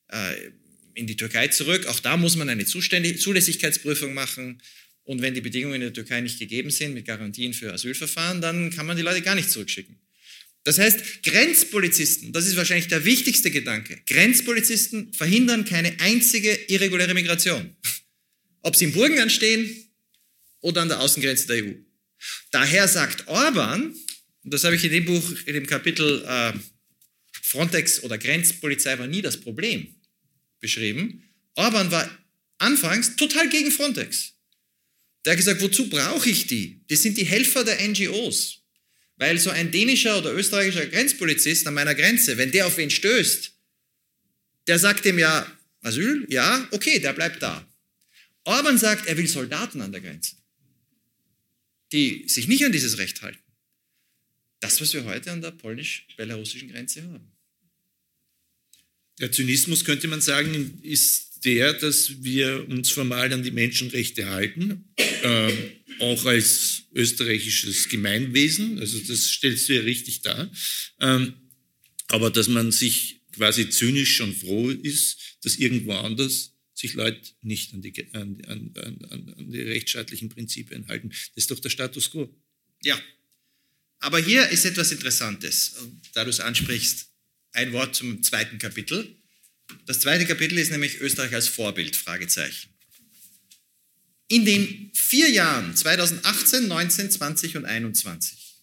in die Türkei zurück. Auch da muss man eine Zulässigkeitsprüfung machen. Und wenn die Bedingungen in der Türkei nicht gegeben sind, mit Garantien für Asylverfahren, dann kann man die Leute gar nicht zurückschicken. Das heißt, Grenzpolizisten, das ist wahrscheinlich der wichtigste Gedanke, Grenzpolizisten verhindern keine einzige irreguläre Migration. Ob sie im Burgenland stehen oder an der Außengrenze der EU. Daher sagt Orban, und das habe ich in dem Buch, in dem Kapitel Frontex oder Grenzpolizei war nie das Problem beschrieben, Orban war anfangs total gegen Frontex. Der hat gesagt, wozu brauche ich die? Die sind die Helfer der NGOs. Weil so ein dänischer oder österreichischer Grenzpolizist an meiner Grenze, wenn der auf wen stößt, der sagt ihm ja, Asyl, ja, okay, der bleibt da. Orban sagt, er will Soldaten an der Grenze, die sich nicht an dieses Recht halten. Das, was wir heute an der polnisch-belarussischen Grenze haben. Der Zynismus, könnte man sagen, ist der, dass wir uns formal an die Menschenrechte halten, auch als österreichisches Gemeinwesen, also das stellst du ja richtig dar, aber dass man sich quasi zynisch schon froh ist, dass irgendwo anders sich Leute nicht an die rechtsstaatlichen Prinzipien halten. Das ist doch der Status quo. Ja, aber hier ist etwas Interessantes, da du es ansprichst. Ein Wort zum zweiten Kapitel. Das zweite Kapitel ist nämlich Österreich als Vorbild, Fragezeichen. In den 4 Jahren, 2018, 19, 20 und 21,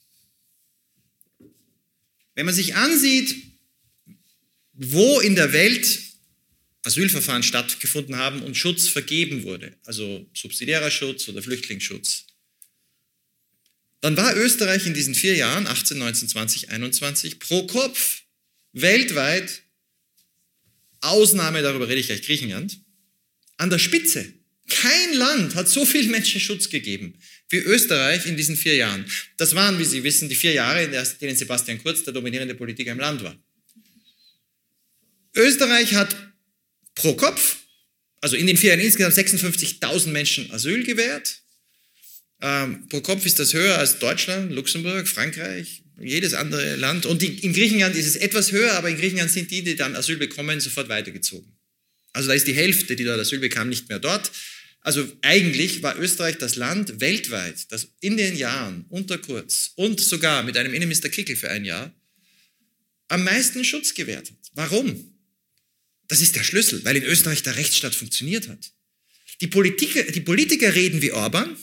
wenn man sich ansieht, wo in der Welt Asylverfahren stattgefunden haben und Schutz vergeben wurde, also subsidiärer Schutz oder Flüchtlingsschutz, dann war Österreich in diesen 4 Jahren, 18, 19, 20, 21, pro Kopf weltweit, Ausnahme, darüber rede ich gleich, Griechenland, an der Spitze. Kein Land hat so viel Menschen Schutz gegeben wie Österreich in diesen 4 Jahren. Das waren, wie Sie wissen, die 4 Jahre, in denen Sebastian Kurz der dominierende Politiker im Land war. Österreich hat pro Kopf, also in den 4 Jahren insgesamt 56.000 Menschen Asyl gewährt. Pro Kopf ist das höher als Deutschland, Luxemburg, Frankreich, jedes andere Land. Und in Griechenland ist es etwas höher, aber in Griechenland sind die dann Asyl bekommen, sofort weitergezogen. Also da ist die Hälfte, die dort Asyl bekam, nicht mehr dort. Also eigentlich war Österreich das Land weltweit, das in den Jahren unter Kurz und sogar mit einem Innenminister Kickl für 1 Jahr am meisten Schutz gewährt hat. Warum? Das ist der Schlüssel, weil in Österreich der Rechtsstaat funktioniert hat. Die Politiker reden wie Orban,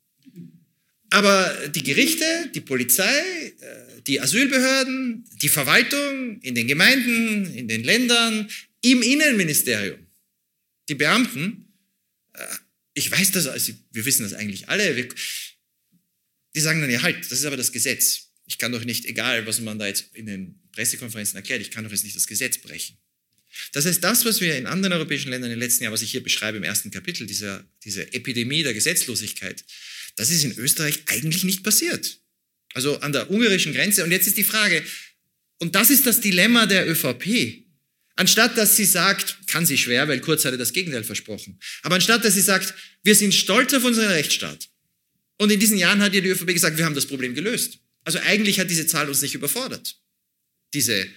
aber die Gerichte, die Polizei, die Asylbehörden, die Verwaltung in den Gemeinden, in den Ländern, im Innenministerium, die Beamten, ich weiß das, also wir wissen das eigentlich alle, die sagen dann, ja halt, das ist aber das Gesetz. Ich kann doch nicht, egal was man da jetzt in den Pressekonferenzen erklärt, ich kann doch jetzt nicht das Gesetz brechen. Das heißt, das, was wir in anderen europäischen Ländern im letzten Jahr, was ich hier beschreibe im ersten Kapitel, diese Epidemie der Gesetzlosigkeit, das ist in Österreich eigentlich nicht passiert. Also an der ungarischen Grenze. Und jetzt ist die Frage, und das ist das Dilemma der ÖVP. Anstatt dass sie sagt, kann sie schwer, weil Kurz hatte das Gegenteil versprochen, aber anstatt dass sie sagt, wir sind stolz auf unseren Rechtsstaat. Und in diesen Jahren hat ja die ÖVP gesagt, wir haben das Problem gelöst. Also eigentlich hat diese Zahl uns nicht überfordert. Diese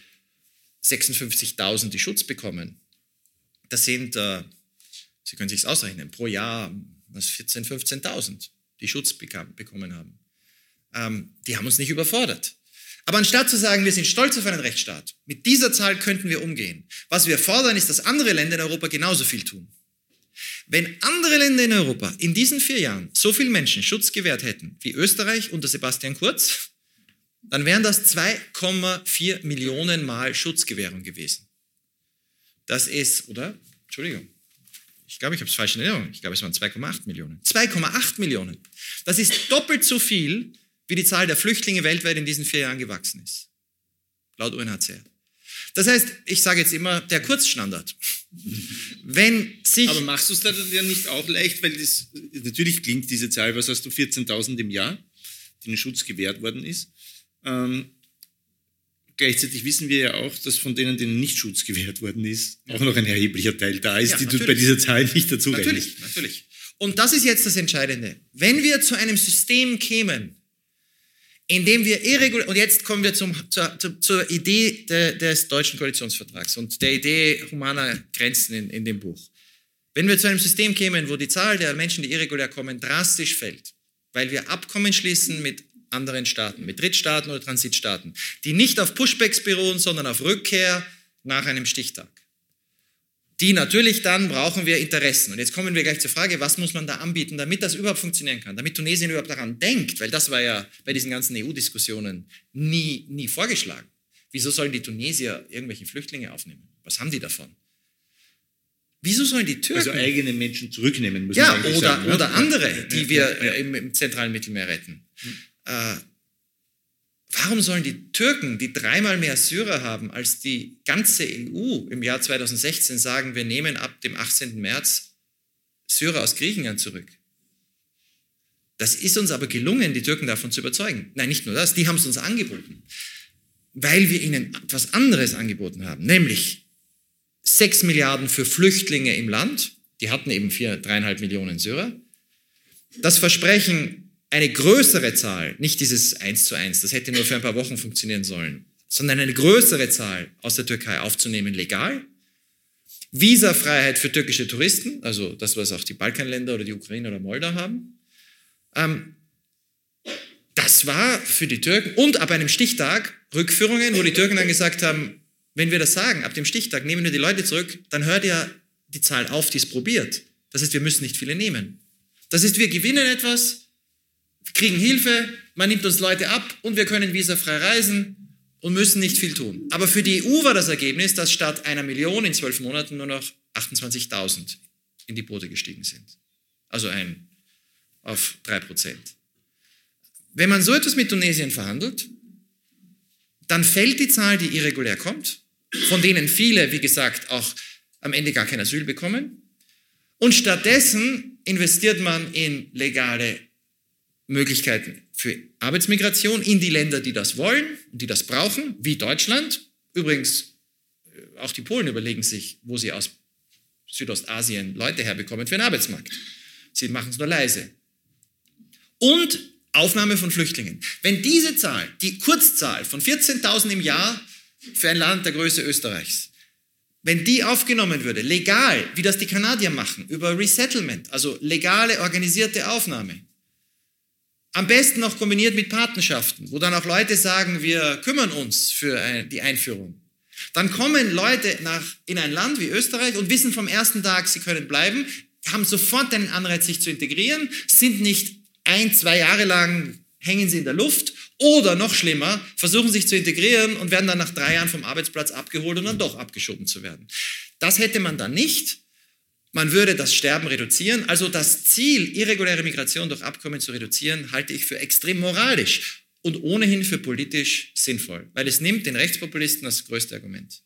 56.000, die Schutz bekommen, das sind, Sie können sich es ausrechnen, pro Jahr 14.000, 15.000, die Schutz bekommen haben. Die haben uns nicht überfordert. Aber anstatt zu sagen, wir sind stolz auf einen Rechtsstaat, mit dieser Zahl könnten wir umgehen. Was wir fordern, ist, dass andere Länder in Europa genauso viel tun. Wenn andere Länder in Europa in diesen 4 Jahren so viel Menschen Schutz gewährt hätten wie Österreich unter Sebastian Kurz, dann wären das 2,4 Millionen Mal Schutzgewährung gewesen. Das ist, oder? Entschuldigung. Ich glaube, ich habe es falsch in Erinnerung. Ich glaube, es waren 2,8 Millionen. 2,8 Millionen. Das ist doppelt so viel, wie die Zahl der Flüchtlinge weltweit in diesen 4 Jahren gewachsen ist. Laut UNHCR. Das heißt, ich sage jetzt immer, der Kurzstandard. Aber machst du es dann ja nicht auch leicht, weil das, natürlich klingt diese Zahl, was hast du, 14.000 im Jahr, denen Schutz gewährt worden ist. Gleichzeitig wissen wir ja auch, dass von denen nicht Schutz gewährt worden ist, auch noch ein erheblicher Teil da ist, ja, die du bei dieser Zahl nicht dazu rechnest. Natürlich. Und das ist jetzt das Entscheidende. Wenn wir zu einem System kämen, in dem wir und jetzt kommen wir zur Idee des deutschen Koalitionsvertrags und der Idee humaner Grenzen in dem Buch. Wenn wir zu einem System kämen, wo die Zahl der Menschen, die irregulär kommen, drastisch fällt, weil wir Abkommen schließen mit anderen Staaten, mit Drittstaaten oder Transitstaaten, die nicht auf Pushbacks beruhen, sondern auf Rückkehr nach einem Stichtag. Die natürlich dann brauchen wir Interessen. Und jetzt kommen wir gleich zur Frage, was muss man da anbieten, damit das überhaupt funktionieren kann, damit Tunesien überhaupt daran denkt, weil das war ja bei diesen ganzen EU-Diskussionen nie vorgeschlagen. Wieso sollen die Tunesier irgendwelche Flüchtlinge aufnehmen? Was haben die davon? Wieso sollen die Türken... Also eigene Menschen zurücknehmen, muss man eigentlich sagen. Oder andere, die wir im zentralen Mittelmeer retten. Warum sollen die Türken, die 3-mal mehr Syrer haben als die ganze EU im Jahr 2016, sagen, wir nehmen ab dem 18. März Syrer aus Griechenland zurück? Das ist uns aber gelungen, die Türken davon zu überzeugen. Nein, nicht nur das, die haben es uns angeboten, weil wir ihnen etwas anderes angeboten haben, nämlich 6 Milliarden für Flüchtlinge im Land, die hatten eben 3,5 Millionen Syrer, das Versprechen, eine größere Zahl, nicht dieses 1:1, das hätte nur für ein paar Wochen funktionieren sollen, sondern eine größere Zahl aus der Türkei aufzunehmen, legal, Visafreiheit für türkische Touristen, also das, was auch die Balkanländer oder die Ukraine oder Moldau haben. Das war für die Türken und ab einem Stichtag Rückführungen, wo die Türken dann gesagt haben, wenn wir das sagen, ab dem Stichtag nehmen wir die Leute zurück, dann hört ja die Zahl auf, die es probiert. Das heißt, wir müssen nicht viele nehmen. Das heißt, wir gewinnen etwas, kriegen Hilfe, man nimmt uns Leute ab und wir können visafrei reisen und müssen nicht viel tun. Aber für die EU war das Ergebnis, dass statt 1 Million in 12 Monaten nur noch 28.000 in die Boote gestiegen sind. Also auf 3%. Wenn man so etwas mit Tunesien verhandelt, dann fällt die Zahl, die irregulär kommt, von denen viele, wie gesagt, auch am Ende gar kein Asyl bekommen. Und stattdessen investiert man in legale Möglichkeiten für Arbeitsmigration in die Länder, die das wollen und die das brauchen, wie Deutschland. Übrigens, auch die Polen überlegen sich, wo sie aus Südostasien Leute herbekommen für den Arbeitsmarkt. Sie machen es nur leise. Und Aufnahme von Flüchtlingen. Wenn diese Zahl, die Kurzzahl von 14.000 im Jahr für ein Land der Größe Österreichs, wenn die aufgenommen würde, legal, wie das die Kanadier machen, über Resettlement, also legale, organisierte Aufnahme, am besten noch kombiniert mit Patenschaften, wo dann auch Leute sagen, wir kümmern uns für die Einführung. Dann kommen Leute in ein Land wie Österreich und wissen vom ersten Tag, sie können bleiben, haben sofort einen Anreiz, sich zu integrieren, sind nicht 1-2 Jahre lang, hängen sie in der Luft oder noch schlimmer, versuchen sich zu integrieren und werden dann nach 3 Jahren vom Arbeitsplatz abgeholt und dann doch abgeschoben zu werden. Das hätte man dann nicht. Man würde das Sterben reduzieren. Also das Ziel, irreguläre Migration durch Abkommen zu reduzieren, halte ich für extrem moralisch und ohnehin für politisch sinnvoll, weil es nimmt den Rechtspopulisten das größte Argument.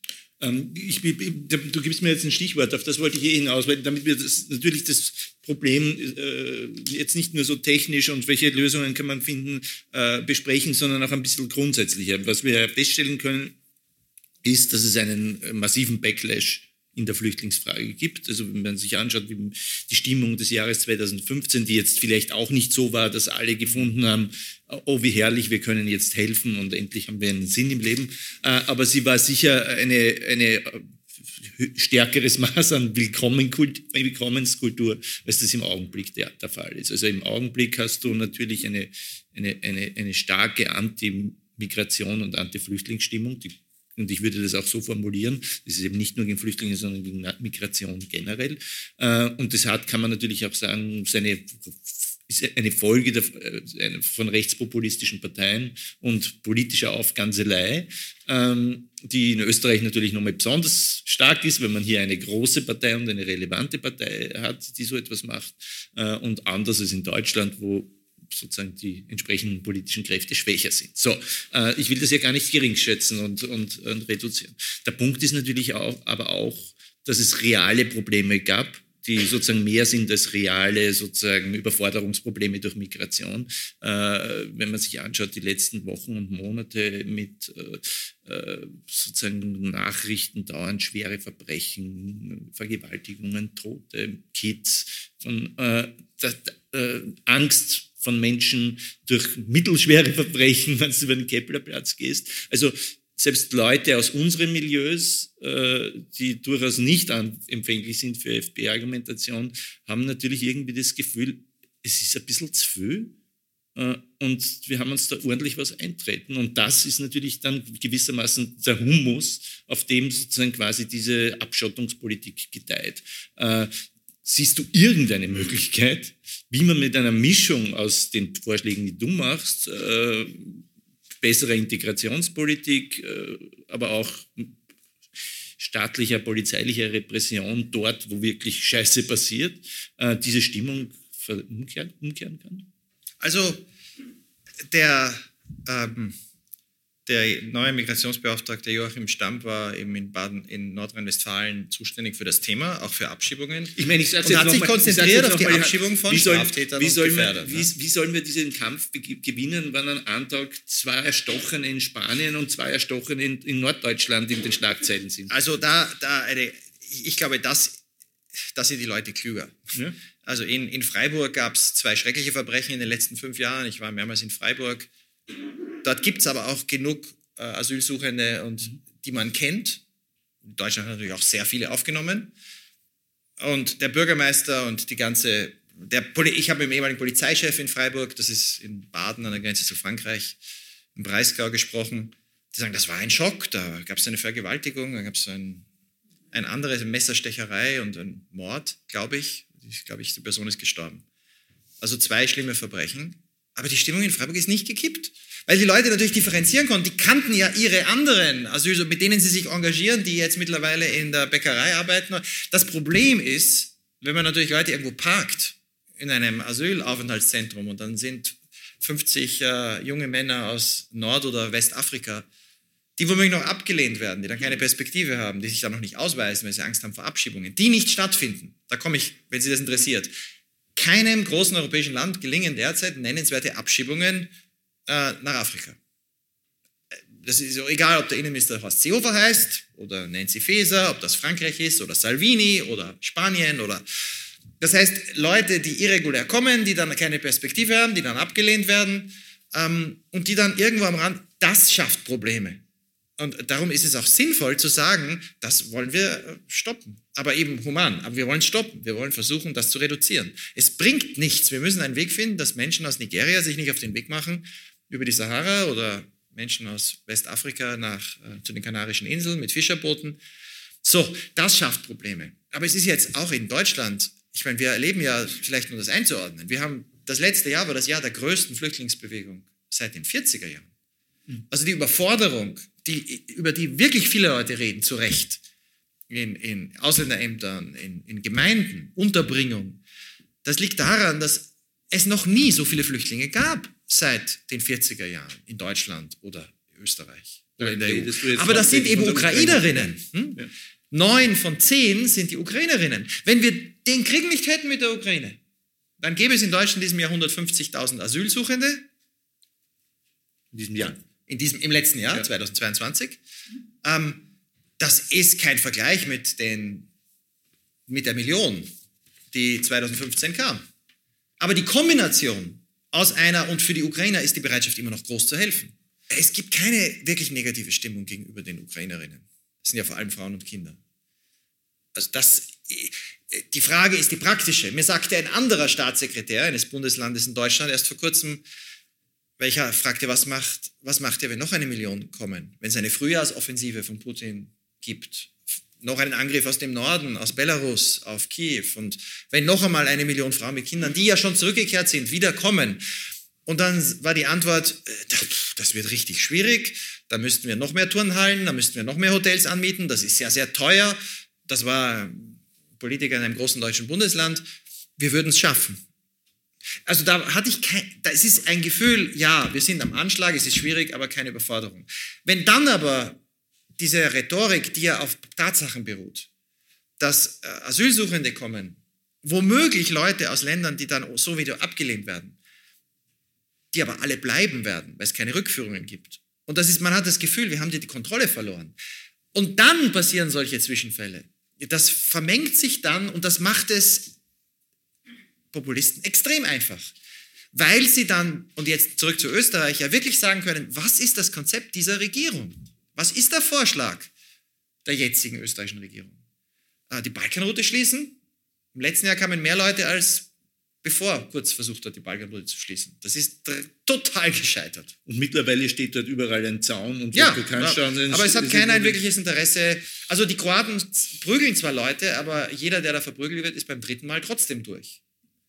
Du gibst mir jetzt ein Stichwort, auf das wollte ich hinaus, weil damit wir natürlich das Problem jetzt nicht nur so technisch und welche Lösungen kann man finden, besprechen, sondern auch ein bisschen grundsätzlicher. Was wir feststellen können, ist, dass es einen massiven Backlash in der Flüchtlingsfrage gibt. Also wenn man sich anschaut, wie die Stimmung des Jahres 2015, die jetzt vielleicht auch nicht so war, dass alle gefunden haben, oh wie herrlich, wir können jetzt helfen und endlich haben wir einen Sinn im Leben. Aber sie war sicher eine stärkeres Maß an Willkommenskultur, als das im Augenblick der Fall ist. Also im Augenblick hast du natürlich eine starke Anti-Migration und Anti-Flüchtlingsstimmung, und ich würde das auch so formulieren, das ist eben nicht nur gegen Flüchtlinge, sondern gegen Migration generell. Und das kann man natürlich auch sagen, ist eine Folge von rechtspopulistischen Parteien und politischer Aufganselei, die in Österreich natürlich nochmal besonders stark ist, wenn man hier eine große Partei und eine relevante Partei hat, die so etwas macht, und anders als in Deutschland, wo sozusagen die entsprechenden politischen Kräfte schwächer sind. So, ich will das ja gar nicht geringschätzen und reduzieren. Der Punkt ist natürlich aber auch, dass es reale Probleme gab, die sozusagen mehr sind als reale sozusagen Überforderungsprobleme durch Migration. Wenn man sich anschaut, die letzten Wochen und Monate mit sozusagen Nachrichten, dauernd schwere Verbrechen, Vergewaltigungen, Tote, Kids, von Angst von Menschen durch mittelschwere Verbrechen, wenn du über den Keplerplatz gehst. Also selbst Leute aus unseren Milieus, die durchaus nicht empfänglich sind für FPÖ-Argumentation, haben natürlich irgendwie das Gefühl, es ist ein bisschen zu viel und wir haben uns da ordentlich was eintreten. Und das ist natürlich dann gewissermaßen der Humus, auf dem sozusagen quasi diese Abschottungspolitik gedeiht. Siehst du irgendeine Möglichkeit, wie man mit einer Mischung aus den Vorschlägen, die du machst, bessere Integrationspolitik, aber auch staatlicher, polizeilicher Repression dort, wo wirklich Scheiße passiert, diese Stimmung umkehren kann? Also der Der neue Migrationsbeauftragte Joachim Stamp war eben in Nordrhein-Westfalen zuständig für das Thema, auch für Abschiebungen. Ich meine, ich und hat sich konzentriert auf die Abschiebung von Straftätern und Gefährdern. Wie sollen wir diesen Kampf gewinnen, wenn an einem Tag 2 Erstochene in Spanien und 2 Erstochene in Norddeutschland in den Schlagzeilen sind? Also ich glaube, das sind die Leute klüger. Ja? Also in Freiburg gab es 2 schreckliche Verbrechen in den letzten 5 Jahren. Ich war mehrmals in Freiburg. Dort gibt es aber auch genug Asylsuchende, die man kennt. In Deutschland hat natürlich auch sehr viele aufgenommen. Und der Bürgermeister und ich habe mit dem ehemaligen Polizeichef in Freiburg, das ist in Baden an der Grenze zu Frankreich, im Breisgau gesprochen. Die sagen, das war ein Schock, da gab es eine Vergewaltigung, da gab es ein anderes, eine Messerstecherei und ein Mord, glaube ich. Die Person ist gestorben. Also 2 schlimme Verbrechen. Aber die Stimmung in Freiburg ist nicht gekippt. Weil die Leute natürlich differenzieren konnten. Die kannten ja ihre anderen Asyler, mit denen sie sich engagieren, die jetzt mittlerweile in der Bäckerei arbeiten. Das Problem ist, wenn man natürlich Leute irgendwo parkt, in einem Asylaufenthaltszentrum, und dann sind 50 junge Männer aus Nord- oder Westafrika, die womöglich noch abgelehnt werden, die dann keine Perspektive haben, die sich dann noch nicht ausweisen, weil sie Angst haben vor Abschiebungen, die nicht stattfinden. Da komme ich, wenn Sie das interessiert. Keinem großen europäischen Land gelingen derzeit nennenswerte Abschiebungen nach Afrika. Das ist so egal, ob der Innenminister Horst Seehofer heißt oder Nancy Faeser, ob das Frankreich ist oder Salvini oder Spanien oder... Das heißt, Leute, die irregulär kommen, die dann keine Perspektive haben, die dann abgelehnt werden und die dann irgendwo am Rand, das schafft Probleme. Und darum ist es auch sinnvoll zu sagen, das wollen wir stoppen. Aber eben human. Aber wir wollen es stoppen. Wir wollen versuchen, das zu reduzieren. Es bringt nichts. Wir müssen einen Weg finden, dass Menschen aus Nigeria sich nicht auf den Weg machen über die Sahara oder Menschen aus Westafrika zu den Kanarischen Inseln mit Fischerbooten. So, das schafft Probleme. Aber es ist jetzt auch in Deutschland, ich meine, wir erleben ja, vielleicht nur das einzuordnen, das letzte Jahr war das Jahr der größten Flüchtlingsbewegung seit den 40er Jahren. Also die Überforderung, über die wirklich viele Leute reden, zu Recht, in Ausländerämtern, in Gemeinden, Unterbringung, das liegt daran, dass es noch nie so viele Flüchtlinge gab seit den 40er Jahren in Deutschland oder Österreich oder in der EU. Aber das sind eben Ukrainerinnen. 9 von 10 sind die Ukrainerinnen. Wenn wir den Krieg nicht hätten mit der Ukraine, dann gäbe es in Deutschland in diesem Jahr 150.000 Asylsuchende. In diesem Jahr? Im letzten Jahr, ja. 2022. Das ist kein Vergleich mit der Million, die 2015 kam. Aber die Kombination und für die Ukrainer ist die Bereitschaft immer noch groß zu helfen. Es gibt keine wirklich negative Stimmung gegenüber den Ukrainerinnen. Das sind ja vor allem Frauen und Kinder. Also die Frage ist die praktische. Mir sagte ein anderer Staatssekretär eines Bundeslandes in Deutschland erst vor kurzem, welcher fragte, was macht ihr, wenn noch 1 Million kommen? Wenn es eine Frühjahrsoffensive von Putin gibt, noch einen Angriff aus dem Norden, aus Belarus, auf Kiew, und wenn noch einmal 1 Million Frauen mit Kindern, die ja schon zurückgekehrt sind, wieder kommen. Und dann war die Antwort, das wird richtig schwierig, da müssten wir noch mehr Turnhallen, da müssten wir noch mehr Hotels anmieten, das ist sehr, sehr teuer. Das war ein Politiker in einem großen deutschen Bundesland. Wir würden es schaffen. Also es ist ein Gefühl, ja, wir sind am Anschlag, es ist schwierig, aber keine Überforderung. Wenn dann aber diese Rhetorik, die ja auf Tatsachen beruht, dass Asylsuchende kommen, womöglich Leute aus Ländern, die dann so wieder abgelehnt werden, die aber alle bleiben werden, weil es keine Rückführungen gibt. Und man hat das Gefühl, wir haben die Kontrolle verloren. Und dann passieren solche Zwischenfälle. Das vermengt sich dann und das macht es Populisten extrem einfach. Weil sie dann, und jetzt zurück zu Österreich, ja wirklich sagen können, was ist das Konzept dieser Regierung? Was ist der Vorschlag der jetzigen österreichischen Regierung? Die Balkanroute schließen? Im letzten Jahr kamen mehr Leute als bevor Kurz versucht hat, die Balkanroute zu schließen. Das ist total gescheitert. Und mittlerweile steht dort überall ein Zaun und ja, aber es hat keiner ein wirkliches Interesse. Also die Kroaten prügeln zwar Leute, aber jeder, der da verprügelt wird, ist beim 3. Mal trotzdem durch.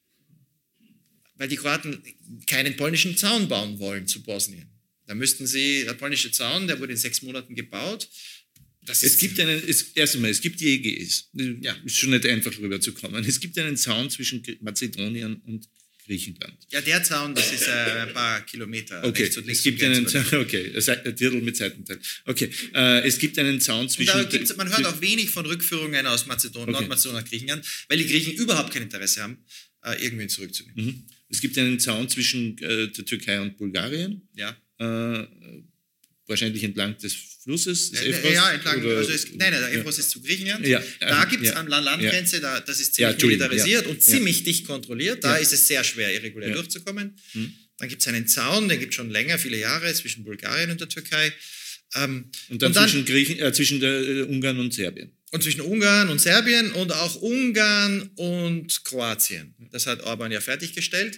Weil die Kroaten keinen polnischen Zaun bauen wollen zu Bosnien. Da müssten sie, der polnische Zaun, der wurde in 6 Monaten gebaut. Es gibt die EGS. Ja. Ist schon nicht einfach rüberzukommen. Es gibt einen Zaun zwischen Mazedonien und Griechenland. Ja, der Zaun, das ist ein paar Kilometer. Okay, rechts und links es gibt einen Zaun, okay, ein Viertel mit Seitenteil. Okay, es gibt einen Zaun zwischen... Man hört auch wenig von Rückführungen aus Mazedonien, Nordmazedonien nach Griechenland, weil die Griechen überhaupt kein Interesse haben, irgendwen zurückzunehmen. Mhm. Es gibt einen Zaun zwischen der Türkei und Bulgarien. Ja. Wahrscheinlich entlang des Flusses, des Evros? Ja, entlang. Der Evros ist zu Griechenland. Ja, da gibt es an der Landgrenze, das ist ziemlich militarisiert und ziemlich dicht kontrolliert. Da ist es sehr schwer, irregulär durchzukommen. Dann gibt es einen Zaun, den gibt es schon länger, viele Jahre, zwischen Bulgarien und der Türkei. Und dann zwischen Ungarn und Serbien. Und zwischen Ungarn und Serbien und auch Ungarn und Kroatien. Das hat Orban ja fertiggestellt.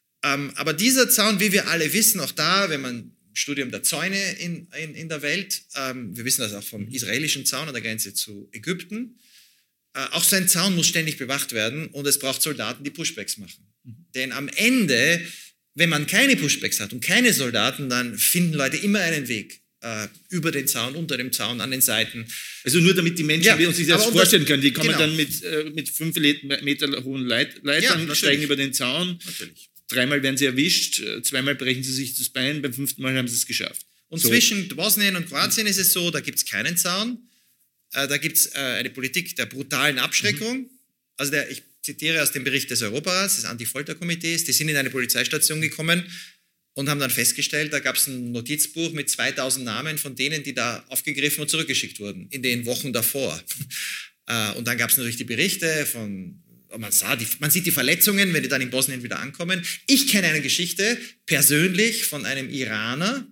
Aber dieser Zaun, wie wir alle wissen, auch da, wenn man Studium der Zäune in der Welt, wir wissen das auch vom israelischen Zaun an der Grenze zu Ägypten, auch so ein Zaun muss ständig bewacht werden und es braucht Soldaten, die Pushbacks machen. Denn am Ende, wenn man keine Pushbacks hat und keine Soldaten, dann finden Leute immer einen Weg über den Zaun, unter dem Zaun, an den Seiten. Also nur damit die Menschen uns sich das vorstellen können. Die kommen dann mit 5 Meter hohen Leitern, steigen über den Zaun. Natürlich. 3-mal werden sie erwischt, 2-mal brechen sie sich das Bein, beim 5. Mal haben sie es geschafft. Und zwischen Bosnien und Kroatien ist es so, da gibt es keinen Zaun. Da gibt es eine Politik der brutalen Abschreckung. Also ich zitiere aus dem Bericht des Europarats, des Anti-Folter-Komitees, die sind in eine Polizeistation gekommen und haben dann festgestellt, da gab es ein Notizbuch mit 2000 Namen von denen, die da aufgegriffen und zurückgeschickt wurden, in den Wochen davor. Und dann gab es natürlich die Berichte von... Man sieht die Verletzungen, wenn die dann in Bosnien wieder ankommen. Ich kenne eine Geschichte persönlich von einem Iraner,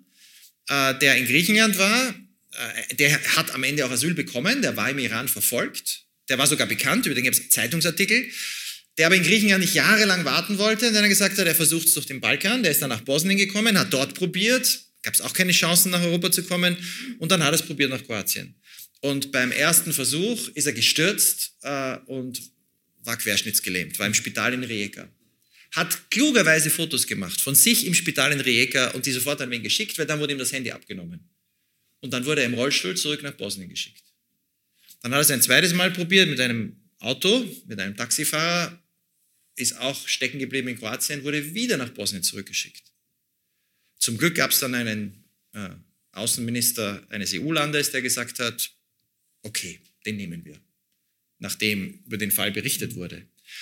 der in Griechenland war. Der hat am Ende auch Asyl bekommen, der war im Iran verfolgt. Der war sogar bekannt, über den gibt es Zeitungsartikel. Der aber in Griechenland nicht jahrelang warten wollte und dann gesagt hat, er versucht es durch den Balkan. Der ist dann nach Bosnien gekommen, hat dort probiert. Gab es auch keine Chancen, nach Europa zu kommen. Und dann hat er es probiert nach Kroatien. Und beim ersten Versuch ist er gestürzt und war querschnittsgelähmt, war im Spital in Rijeka. Hat klugerweise Fotos gemacht von sich im Spital in Rijeka und die sofort an wen geschickt, weil dann wurde ihm das Handy abgenommen. Und dann wurde er im Rollstuhl zurück nach Bosnien geschickt. Dann hat er es ein zweites Mal probiert mit einem Auto, mit einem Taxifahrer, ist auch stecken geblieben in Kroatien, wurde wieder nach Bosnien zurückgeschickt. Zum Glück gab es dann einen Außenminister eines EU-Landes, der gesagt hat, okay, den nehmen wir, nachdem über den Fall berichtet wurde.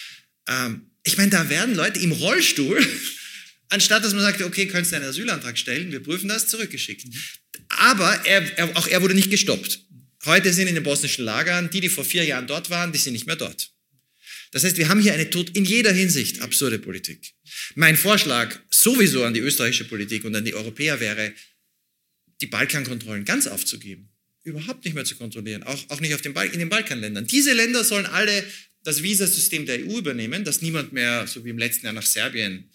Ich meine, da werden Leute im Rollstuhl, anstatt dass man sagt, okay, könntest du einen Asylantrag stellen, wir prüfen das, zurückgeschickt. Aber auch er wurde nicht gestoppt. Heute sind in den bosnischen Lagern, die vor 4 Jahren dort waren, die sind nicht mehr dort. Das heißt, wir haben hier eine in jeder Hinsicht absurde Politik. Mein Vorschlag sowieso an die österreichische Politik und an die Europäer wäre, die Balkankontrollen ganz aufzugeben. Überhaupt nicht mehr zu kontrollieren, auch nicht in den Balkanländern. Diese Länder sollen alle das Visasystem der EU übernehmen, dass niemand mehr, so wie im letzten Jahr nach Serbien,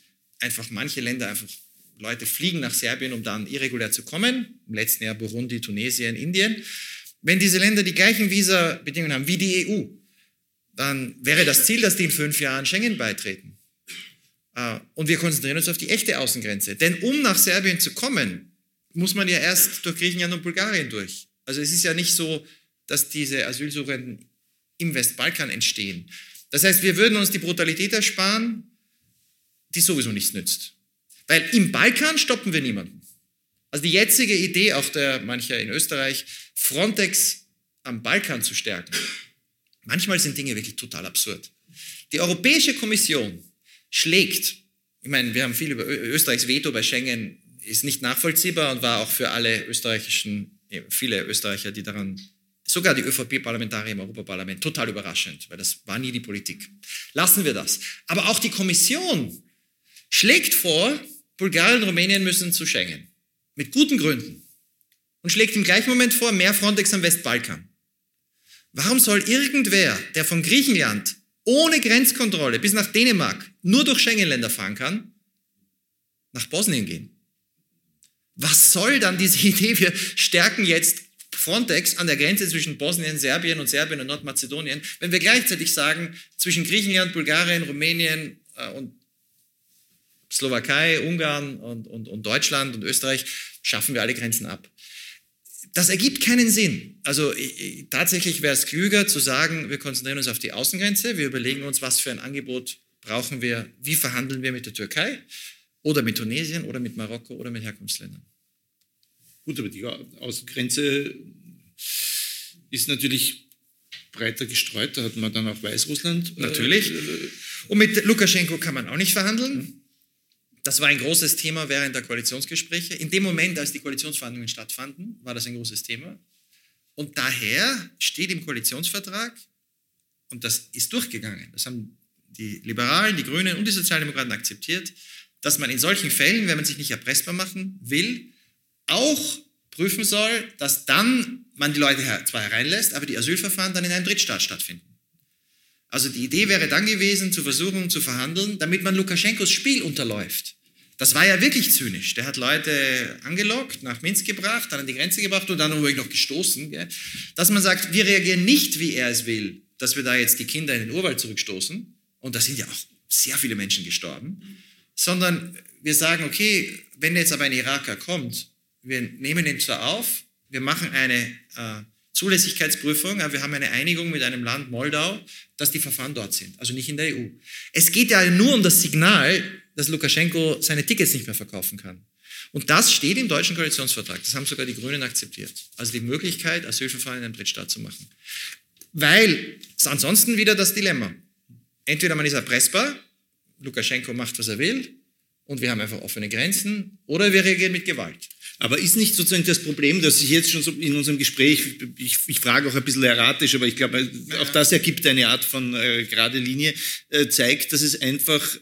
Leute fliegen nach Serbien, um dann irregulär zu kommen. Im letzten Jahr Burundi, Tunesien, Indien. Wenn diese Länder die gleichen Visabedingungen haben wie die EU, dann wäre das Ziel, dass die in 5 Jahren Schengen beitreten. Und wir konzentrieren uns auf die echte Außengrenze. Denn um nach Serbien zu kommen, muss man ja erst durch Griechenland und Bulgarien durch. Also es ist ja nicht so, dass diese Asylsuchenden im Westbalkan entstehen. Das heißt, wir würden uns die Brutalität ersparen, die sowieso nichts nützt. Weil im Balkan stoppen wir niemanden. Also die jetzige Idee, auch der mancher in Österreich, Frontex am Balkan zu stärken, manchmal sind Dinge wirklich total absurd. Die Europäische Kommission schlägt, ich meine, wir haben viel über Österreichs Veto bei Schengen, ist nicht nachvollziehbar und war auch für viele Österreicher, die daran, sogar die ÖVP-Parlamentarier im Europaparlament, total überraschend, weil das war nie die Politik. Lassen wir das. Aber auch die Kommission schlägt vor, Bulgarien und Rumänien müssen zu Schengen. Mit guten Gründen. Und schlägt im gleichen Moment vor, mehr Frontex am Westbalkan. Warum soll irgendwer, der von Griechenland ohne Grenzkontrolle bis nach Dänemark nur durch Schengen-Länder fahren kann, nach Bosnien gehen? Was soll dann diese Idee, wir stärken jetzt Frontex an der Grenze zwischen Bosnien, Serbien und Nordmazedonien, wenn wir gleichzeitig sagen, zwischen Griechenland, Bulgarien, Rumänien und Slowakei, Ungarn und Deutschland und Österreich schaffen wir alle Grenzen ab. Das ergibt keinen Sinn. Also tatsächlich wäre es klüger zu sagen, wir konzentrieren uns auf die Außengrenze, wir überlegen uns, was für ein Angebot wie verhandeln wir mit der Türkei oder mit Tunesien oder mit Marokko oder mit Herkunftsländern? Gut, aber die Außengrenze ist natürlich breiter gestreut, da hat man dann auch Weißrussland. Natürlich. Und mit Lukaschenko kann man auch nicht verhandeln. Das war ein großes Thema während der Koalitionsgespräche. In dem Moment, als die Koalitionsverhandlungen stattfanden, war das ein großes Thema. Und daher steht im Koalitionsvertrag, und das ist durchgegangen, das haben die Liberalen, die Grünen und die Sozialdemokraten akzeptiert, dass man in solchen Fällen, wenn man sich nicht erpressbar machen will, auch prüfen soll, dass dann man die Leute zwar hereinlässt, aber die Asylverfahren dann in einem Drittstaat stattfinden. Also die Idee wäre dann gewesen, zu versuchen, zu verhandeln, damit man Lukaschenkos Spiel unterläuft. Das war ja wirklich zynisch. Der hat Leute angelockt, nach Minsk gebracht, dann an die Grenze gebracht und dann noch gestoßen. Gell? Dass man sagt, wir reagieren nicht, wie er es will, dass wir da jetzt die Kinder in den Urwald zurückstoßen. Und da sind ja auch sehr viele Menschen gestorben. Sondern wir sagen, okay, wenn jetzt aber ein Iraker kommt, wir nehmen ihn zwar auf, wir machen eine Zulässigkeitsprüfung, aber wir haben eine Einigung mit einem Land, Moldau, dass die Verfahren dort sind, also nicht in der EU. Es geht ja nur um das Signal, dass Lukaschenko seine Tickets nicht mehr verkaufen kann. Und das steht im deutschen Koalitionsvertrag. Das haben sogar die Grünen akzeptiert. Also die Möglichkeit, Asylverfahren in einem Drittstaat zu machen. Weil ansonsten wieder das Dilemma. Entweder man ist erpressbar, Lukaschenko macht, was er will, und wir haben einfach offene Grenzen, oder wir reagieren mit Gewalt. Aber ist nicht sozusagen das Problem, dass ich jetzt schon so in unserem Gespräch, ich frage auch ein bisschen erratisch, aber ich glaube, auch das ergibt eine Art von gerade Linie, zeigt, dass es einfach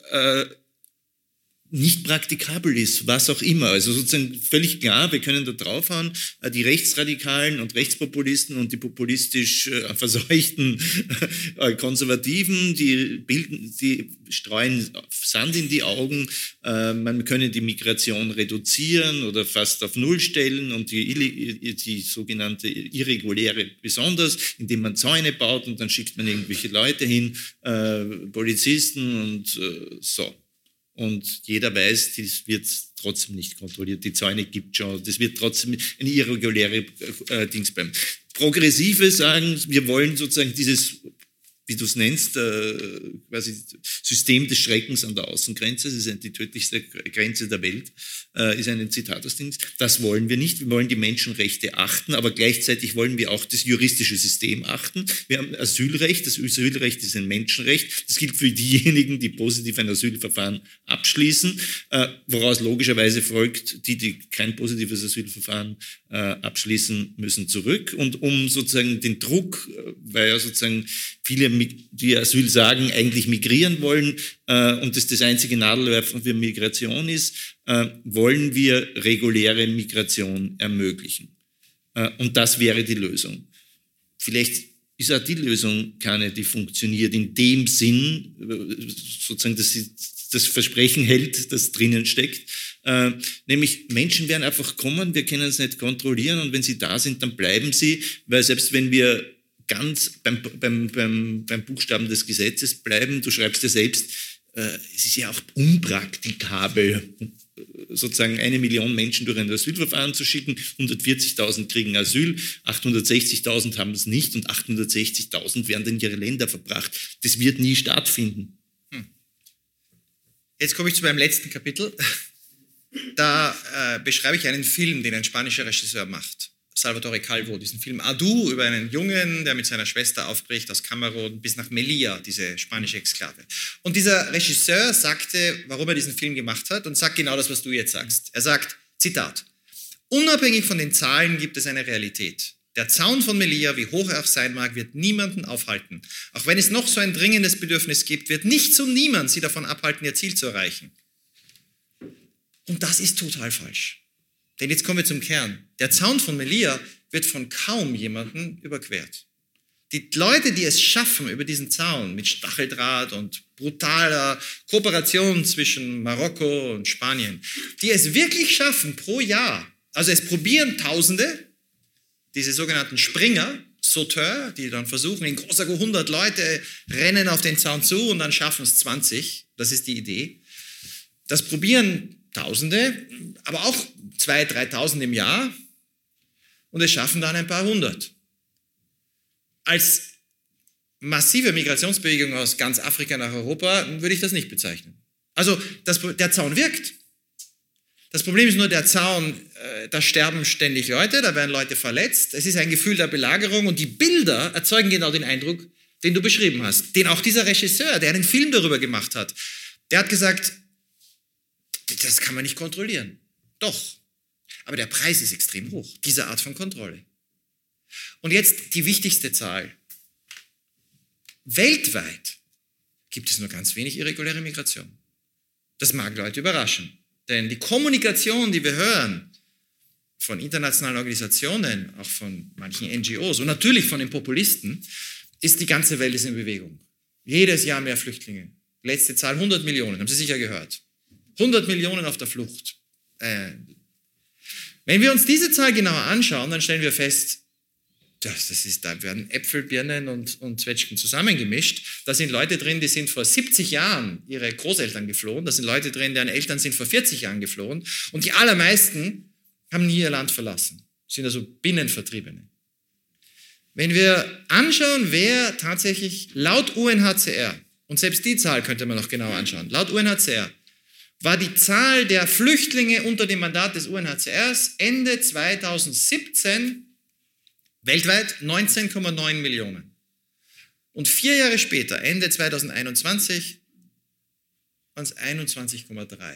nicht praktikabel ist, was auch immer. Also sozusagen völlig klar, wir können da draufhauen, die Rechtsradikalen und Rechtspopulisten und die populistisch verseuchten Konservativen, die streuen Sand in die Augen, man könne die Migration reduzieren oder fast auf Null stellen und die sogenannte irreguläre besonders, indem man Zäune baut und dann schickt man irgendwelche Leute hin, Polizisten und so. Und jeder weiß, das wird trotzdem nicht kontrolliert. Die Zäune gibt schon. Das wird trotzdem eine irreguläre Dings bleiben. Progressive sagen, wir wollen sozusagen dieses, wie du es nennst, quasi System des Schreckens an der Außengrenze, das ist die tödlichste Grenze der Welt, ist ein Zitat aus Dings. Das wollen wir nicht. Wir wollen die Menschenrechte achten, aber gleichzeitig wollen wir auch das juristische System achten. Wir haben Asylrecht. Das Asylrecht ist ein Menschenrecht. Das gilt für diejenigen, die positiv ein Asylverfahren abschließen, woraus logischerweise folgt, die kein positives Asylverfahren abschließen, müssen zurück. Und um sozusagen den Druck, weil ja sozusagen viele, die Asyl sagen, eigentlich migrieren wollen und das einzige Nadelwerfen für Migration ist, wollen wir reguläre Migration ermöglichen. Und das wäre die Lösung. Vielleicht ist auch die Lösung keine, die funktioniert in dem Sinn, sozusagen, dass sie das Versprechen hält, das drinnen steckt. Nämlich Menschen werden einfach kommen, wir können es nicht kontrollieren und wenn sie da sind, dann bleiben sie, weil selbst wenn wir ganz beim Buchstaben des Gesetzes bleiben, du schreibst ja selbst, es ist ja auch unpraktikabel, sozusagen 1 Million Menschen durch ein Asylverfahren zu schicken, 140.000 kriegen Asyl, 860.000 haben es nicht und 860.000 werden in ihre Länder verbracht. Das wird nie stattfinden. Jetzt komme ich zu meinem letzten Kapitel. Da beschreibe ich einen Film, den ein spanischer Regisseur macht. Salvatore Calvo, diesen Film Adu über einen Jungen, der mit seiner Schwester aufbricht aus Kamerun bis nach Melilla, diese spanische Exklave. Und dieser Regisseur sagte, warum er diesen Film gemacht hat und sagt genau das, was du jetzt sagst. Er sagt, Zitat, unabhängig von den Zahlen gibt es eine Realität. Der Zaun von Melilla, wie hoch er auch sein mag, wird niemanden aufhalten. Auch wenn es noch so ein dringendes Bedürfnis gibt, wird nichts und niemand sie davon abhalten, ihr Ziel zu erreichen. Und das ist total falsch. Denn jetzt kommen wir zum Kern. Der Zaun von Melilla wird von kaum jemandem überquert. Die Leute, die es schaffen, über diesen Zaun mit Stacheldraht und brutaler Kooperation zwischen Marokko und Spanien, die es wirklich schaffen pro Jahr, also es probieren Tausende, diese sogenannten Springer, Sauteurs, die dann versuchen, in großer 100 Leute rennen auf den Zaun zu und dann schaffen es 20. Das ist die Idee. Das probieren Tausende, aber auch 2.000, 3.000 im Jahr und es schaffen dann ein paar hundert. Als massive Migrationsbewegung aus ganz Afrika nach Europa, würde ich das nicht bezeichnen. Also der Zaun wirkt. Das Problem ist nur, der Zaun, da sterben ständig Leute, da werden Leute verletzt. Es ist ein Gefühl der Belagerung und die Bilder erzeugen genau den Eindruck, den du beschrieben hast. Den auch dieser Regisseur, der einen Film darüber gemacht hat, der hat gesagt, das kann man nicht kontrollieren. Doch. Aber der Preis ist extrem hoch, diese Art von Kontrolle. Und jetzt die wichtigste Zahl. Weltweit gibt es nur ganz wenig irreguläre Migration. Das mag Leute überraschen. Denn die Kommunikation, die wir hören von internationalen Organisationen, auch von manchen NGOs und natürlich von den Populisten, ist, die ganze Welt ist in Bewegung. Jedes Jahr mehr Flüchtlinge. Letzte Zahl 100 Millionen, haben Sie sicher gehört. 100 Millionen auf der Flucht. Wenn wir uns diese Zahl genauer anschauen, dann stellen wir fest, da werden Äpfel, Birnen und Zwetschgen zusammengemischt. Da sind Leute drin, die sind vor 70 Jahren ihre Großeltern geflohen. Da sind Leute drin, deren Eltern sind vor 40 Jahren geflohen. Und die allermeisten haben nie ihr Land verlassen. Sind also Binnenvertriebene. Wenn wir anschauen, wer tatsächlich laut UNHCR, und selbst die Zahl könnte man noch genauer anschauen, laut UNHCR war die Zahl der Flüchtlinge unter dem Mandat des UNHCRs Ende 2017 weltweit 19,9 Millionen. Und 4 Jahre später, Ende 2021, waren es 21,3.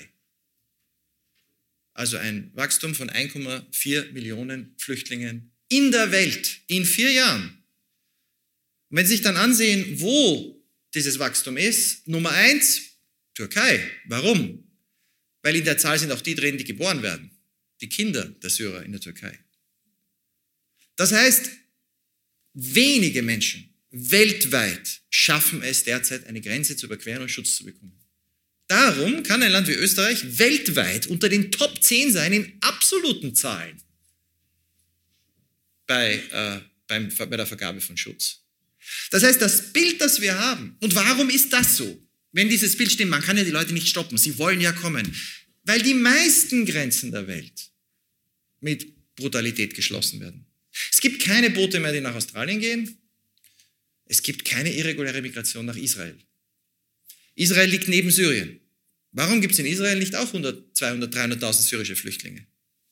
Also ein Wachstum von 1,4 Millionen Flüchtlingen in der Welt in 4 Jahren. Und wenn Sie sich dann ansehen, wo dieses Wachstum ist, Nummer 1, Türkei. Warum? Weil in der Zahl sind auch die drin, die geboren werden. Die Kinder der Syrer in der Türkei. Das heißt, wenige Menschen weltweit schaffen es derzeit, eine Grenze zu überqueren und Schutz zu bekommen. Darum kann ein Land wie Österreich weltweit unter den Top 10 sein in absoluten Zahlen bei der Vergabe von Schutz. Das heißt, das Bild, das wir haben, und warum ist das so? Wenn dieses Bild stimmt, man kann ja die Leute nicht stoppen, sie wollen ja kommen, weil die meisten Grenzen der Welt mit Brutalität geschlossen werden. Es gibt keine Boote mehr, die nach Australien gehen. Es gibt keine irreguläre Migration nach Israel. Israel liegt neben Syrien. Warum gibt es in Israel nicht auch 100, 200, 300.000 syrische Flüchtlinge?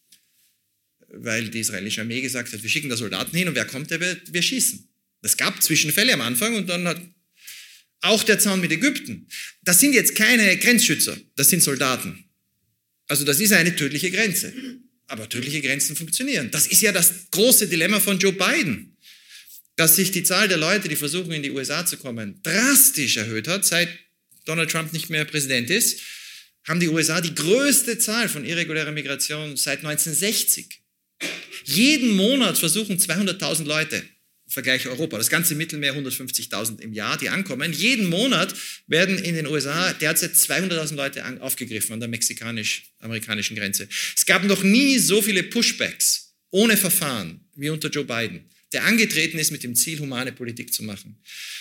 Weil die israelische Armee gesagt hat, wir schicken da Soldaten hin und wer kommt, wir schießen. Es gab Zwischenfälle am Anfang und dann hat auch der Zaun mit Ägypten. Das sind jetzt keine Grenzschützer, das sind Soldaten. Also das ist eine tödliche Grenze. Aber tödliche Grenzen funktionieren. Das ist ja das große Dilemma von Joe Biden, dass sich die Zahl der Leute, die versuchen, in die USA zu kommen, drastisch erhöht hat. Seit Donald Trump nicht mehr Präsident ist, haben die USA die größte Zahl von irregulärer Migration seit 1960. Jeden Monat versuchen 200.000 Leute, Vergleich Europa, das ganze Mittelmeer 150.000 im Jahr, die ankommen. Jeden Monat werden in den USA derzeit 200.000 Leute aufgegriffen an der mexikanisch-amerikanischen Grenze. Es gab noch nie so viele Pushbacks ohne Verfahren wie unter Joe Biden, der angetreten ist mit dem Ziel, humane Politik zu machen.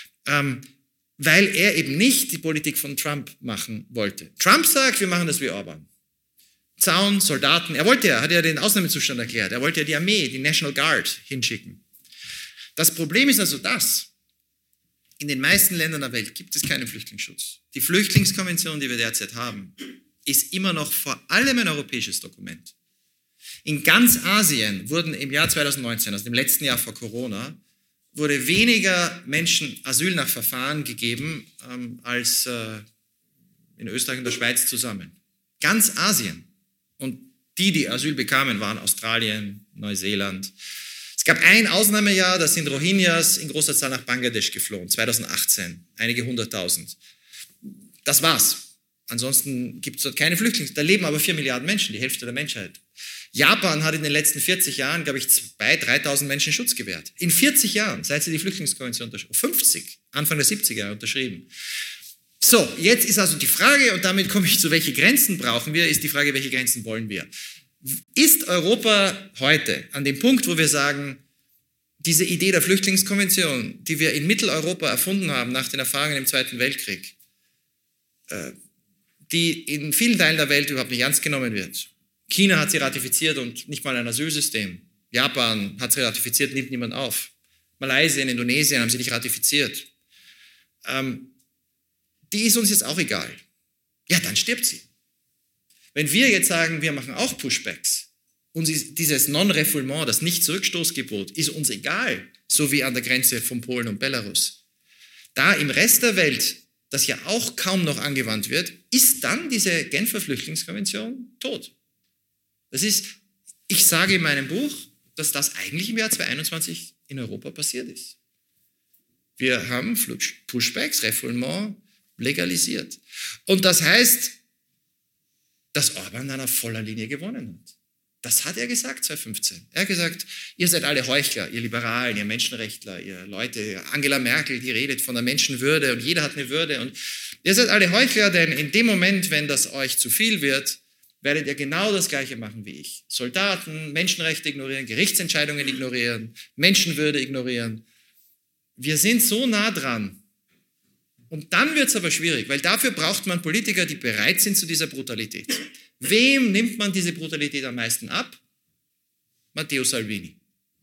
Weil er eben nicht die Politik von Trump machen wollte. Trump sagt, wir machen das wie Orban. Zaun, Soldaten, hat ja den Ausnahmezustand erklärt, er wollte ja die Armee, die National Guard hinschicken. Das Problem ist also das, in den meisten Ländern der Welt gibt es keinen Flüchtlingsschutz. Die Flüchtlingskonvention, die wir derzeit haben, ist immer noch vor allem ein europäisches Dokument. In ganz Asien wurden im Jahr 2019, also dem letzten Jahr vor Corona, wurde weniger Menschen Asyl nach Verfahren gegeben als in Österreich und der Schweiz zusammen. Ganz Asien. Und die Asyl bekamen, waren Australien, Neuseeland. Es gab ein Ausnahmejahr, da sind Rohingyas in großer Zahl nach Bangladesch geflohen, 2018, einige 100.000. Das war's. Ansonsten gibt es dort keine Flüchtlinge. Da leben aber 4 Milliarden Menschen, die Hälfte der Menschheit. Japan hat in den letzten 40 Jahren, glaube ich, 2.000, 3.000 Menschen Schutz gewährt. In 40 Jahren, seit sie die Flüchtlingskonvention unterschrieben, 50, Anfang der 70er Jahre unterschrieben. So, jetzt ist also die Frage, und damit komme ich zu, welche Grenzen brauchen wir, ist die Frage, welche Grenzen wollen wir? Ist Europa heute an dem Punkt, wo wir sagen, diese Idee der Flüchtlingskonvention, die wir in Mitteleuropa erfunden haben nach den Erfahrungen im Zweiten Weltkrieg, die in vielen Teilen der Welt überhaupt nicht ernst genommen wird. China hat sie ratifiziert und nicht mal ein Asylsystem. Japan hat sie ratifiziert, nimmt niemand auf. Malaysia, Indonesien haben sie nicht ratifiziert. die ist uns jetzt auch egal. Ja, dann stirbt sie. Wenn wir jetzt sagen, wir machen auch Pushbacks und dieses Non-Refoulement, das Nicht-Zurückstoßgebot, ist uns egal, so wie an der Grenze von Polen und Belarus. Da im Rest der Welt, das ja auch kaum noch angewandt wird, ist dann diese Genfer Flüchtlingskonvention tot. Das ist, ich sage in meinem Buch, dass das eigentlich im Jahr 2021 in Europa passiert ist. Wir haben Pushbacks, Refoulement legalisiert. Und das heißt, dass Orban dann auf voller Linie gewonnen hat. Das hat er gesagt 2015. Er hat gesagt, ihr seid alle Heuchler, ihr Liberalen, ihr Menschenrechtler, ihr Leute, Angela Merkel, die redet von der Menschenwürde und jeder hat eine Würde. Und ihr seid alle Heuchler, denn in dem Moment, wenn das euch zu viel wird, werdet ihr genau das Gleiche machen wie ich. Soldaten, Menschenrechte ignorieren, Gerichtsentscheidungen ignorieren, Menschenwürde ignorieren. Wir sind so nah dran. Und dann wird es aber schwierig, weil dafür braucht man Politiker, die bereit sind zu dieser Brutalität. Wem nimmt man diese Brutalität am meisten ab? Matteo Salvini,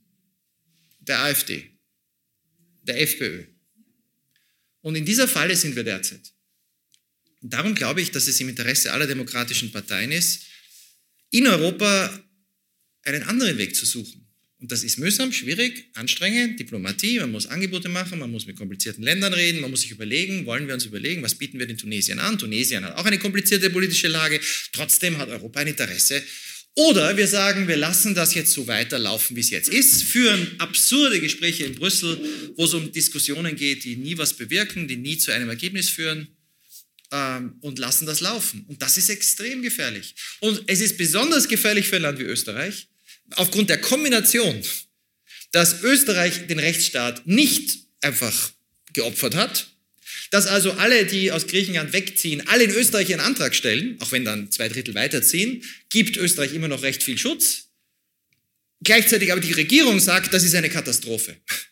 der AfD, der FPÖ. Und in dieser Falle sind wir derzeit. Und darum glaube ich, dass es im Interesse aller demokratischen Parteien ist, in Europa einen anderen Weg zu suchen. Und das ist mühsam, schwierig, anstrengend, Diplomatie, man muss Angebote machen, man muss mit komplizierten Ländern reden, man muss sich überlegen, wollen wir uns überlegen, was bieten wir den Tunesiern an? Tunesien hat auch eine komplizierte politische Lage, trotzdem hat Europa ein Interesse. Oder wir sagen, wir lassen das jetzt so weiterlaufen, wie es jetzt ist, führen absurde Gespräche in Brüssel, wo es um Diskussionen geht, die nie was bewirken, die nie zu einem Ergebnis führen, und lassen das laufen. Und das ist extrem gefährlich. Und es ist besonders gefährlich für ein Land wie Österreich, aufgrund der Kombination, dass Österreich den Rechtsstaat nicht einfach geopfert hat, dass also alle, die aus Griechenland wegziehen, alle in Österreich ihren Antrag stellen, auch wenn dann 2/3 weiterziehen, gibt Österreich immer noch recht viel Schutz. Gleichzeitig aber die Regierung sagt, das ist eine Katastrophe.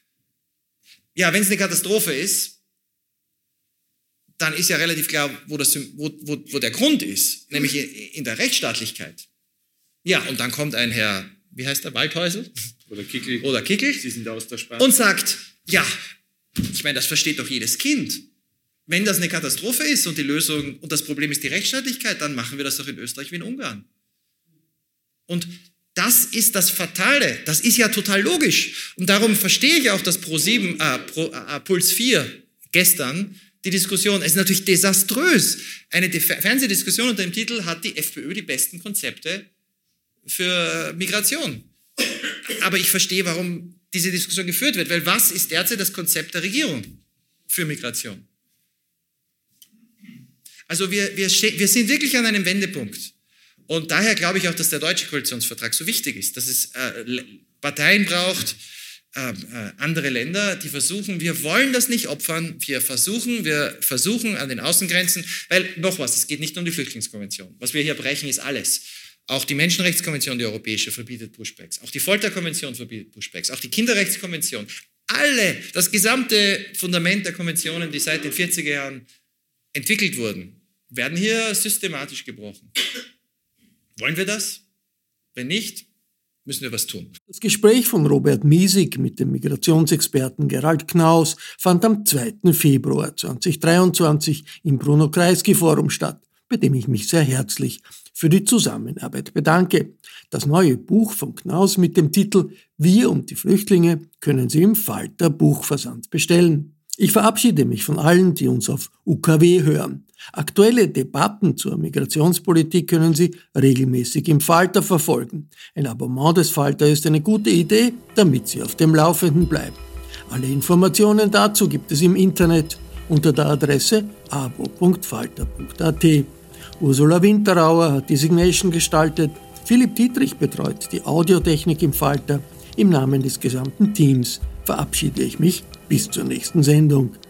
Ja, wenn es eine Katastrophe ist, dann ist ja relativ klar, wo der Grund ist, nämlich in der Rechtsstaatlichkeit. Ja, und dann kommt ein Herr, wie heißt der, Waldhäusl? Oder Kickl. Sie sind aus der Sprache. Und sagt, ja, ich meine, das versteht doch jedes Kind. Wenn das eine Katastrophe ist und die Lösung und das Problem ist die Rechtsstaatlichkeit, dann machen wir das doch in Österreich wie in Ungarn. Und das ist das Fatale. Das ist ja total logisch. Und darum verstehe ich auch, dass Puls 4 gestern die Diskussion, es ist natürlich desaströs. Eine Fernsehdiskussion unter dem Titel hat die FPÖ die besten Konzepte für Migration. Aber ich verstehe, warum diese Diskussion geführt wird, weil was ist derzeit das Konzept der Regierung für Migration? Also wir sind wirklich an einem Wendepunkt. Und daher glaube ich auch, dass der deutsche Koalitionsvertrag so wichtig ist, dass es Parteien braucht, andere Länder, die versuchen, wir wollen das nicht opfern, wir versuchen an den Außengrenzen, weil noch was, es geht nicht um die Flüchtlingskonvention. Was wir hier brechen, ist alles. Auch die Menschenrechtskonvention, die europäische, verbietet Pushbacks. Auch die Folterkonvention verbietet Pushbacks. Auch die Kinderrechtskonvention. Das gesamte Fundament der Konventionen, die seit den 40er Jahren entwickelt wurden, werden hier systematisch gebrochen. Wollen wir das? Wenn nicht, müssen wir was tun. Das Gespräch von Robert Miesig mit dem Migrationsexperten Gerald Knaus fand am 2. Februar 2023 im Bruno-Kreisky-Forum statt, bei dem ich mich sehr herzlich für die Zusammenarbeit bedanke. Das neue Buch von Knaus mit dem Titel Wir und die Flüchtlinge können Sie im Falter Buchversand bestellen. Ich verabschiede mich von allen, die uns auf UKW hören. Aktuelle Debatten zur Migrationspolitik können Sie regelmäßig im Falter verfolgen. Ein Abonnement des Falter ist eine gute Idee, damit Sie auf dem Laufenden bleiben. Alle Informationen dazu gibt es im Internet unter der Adresse abo.falter.at. Ursula Winterauer hat die Signation gestaltet, Philipp Dietrich betreut die Audiotechnik im Falter. Im Namen des gesamten Teams verabschiede ich mich bis zur nächsten Sendung.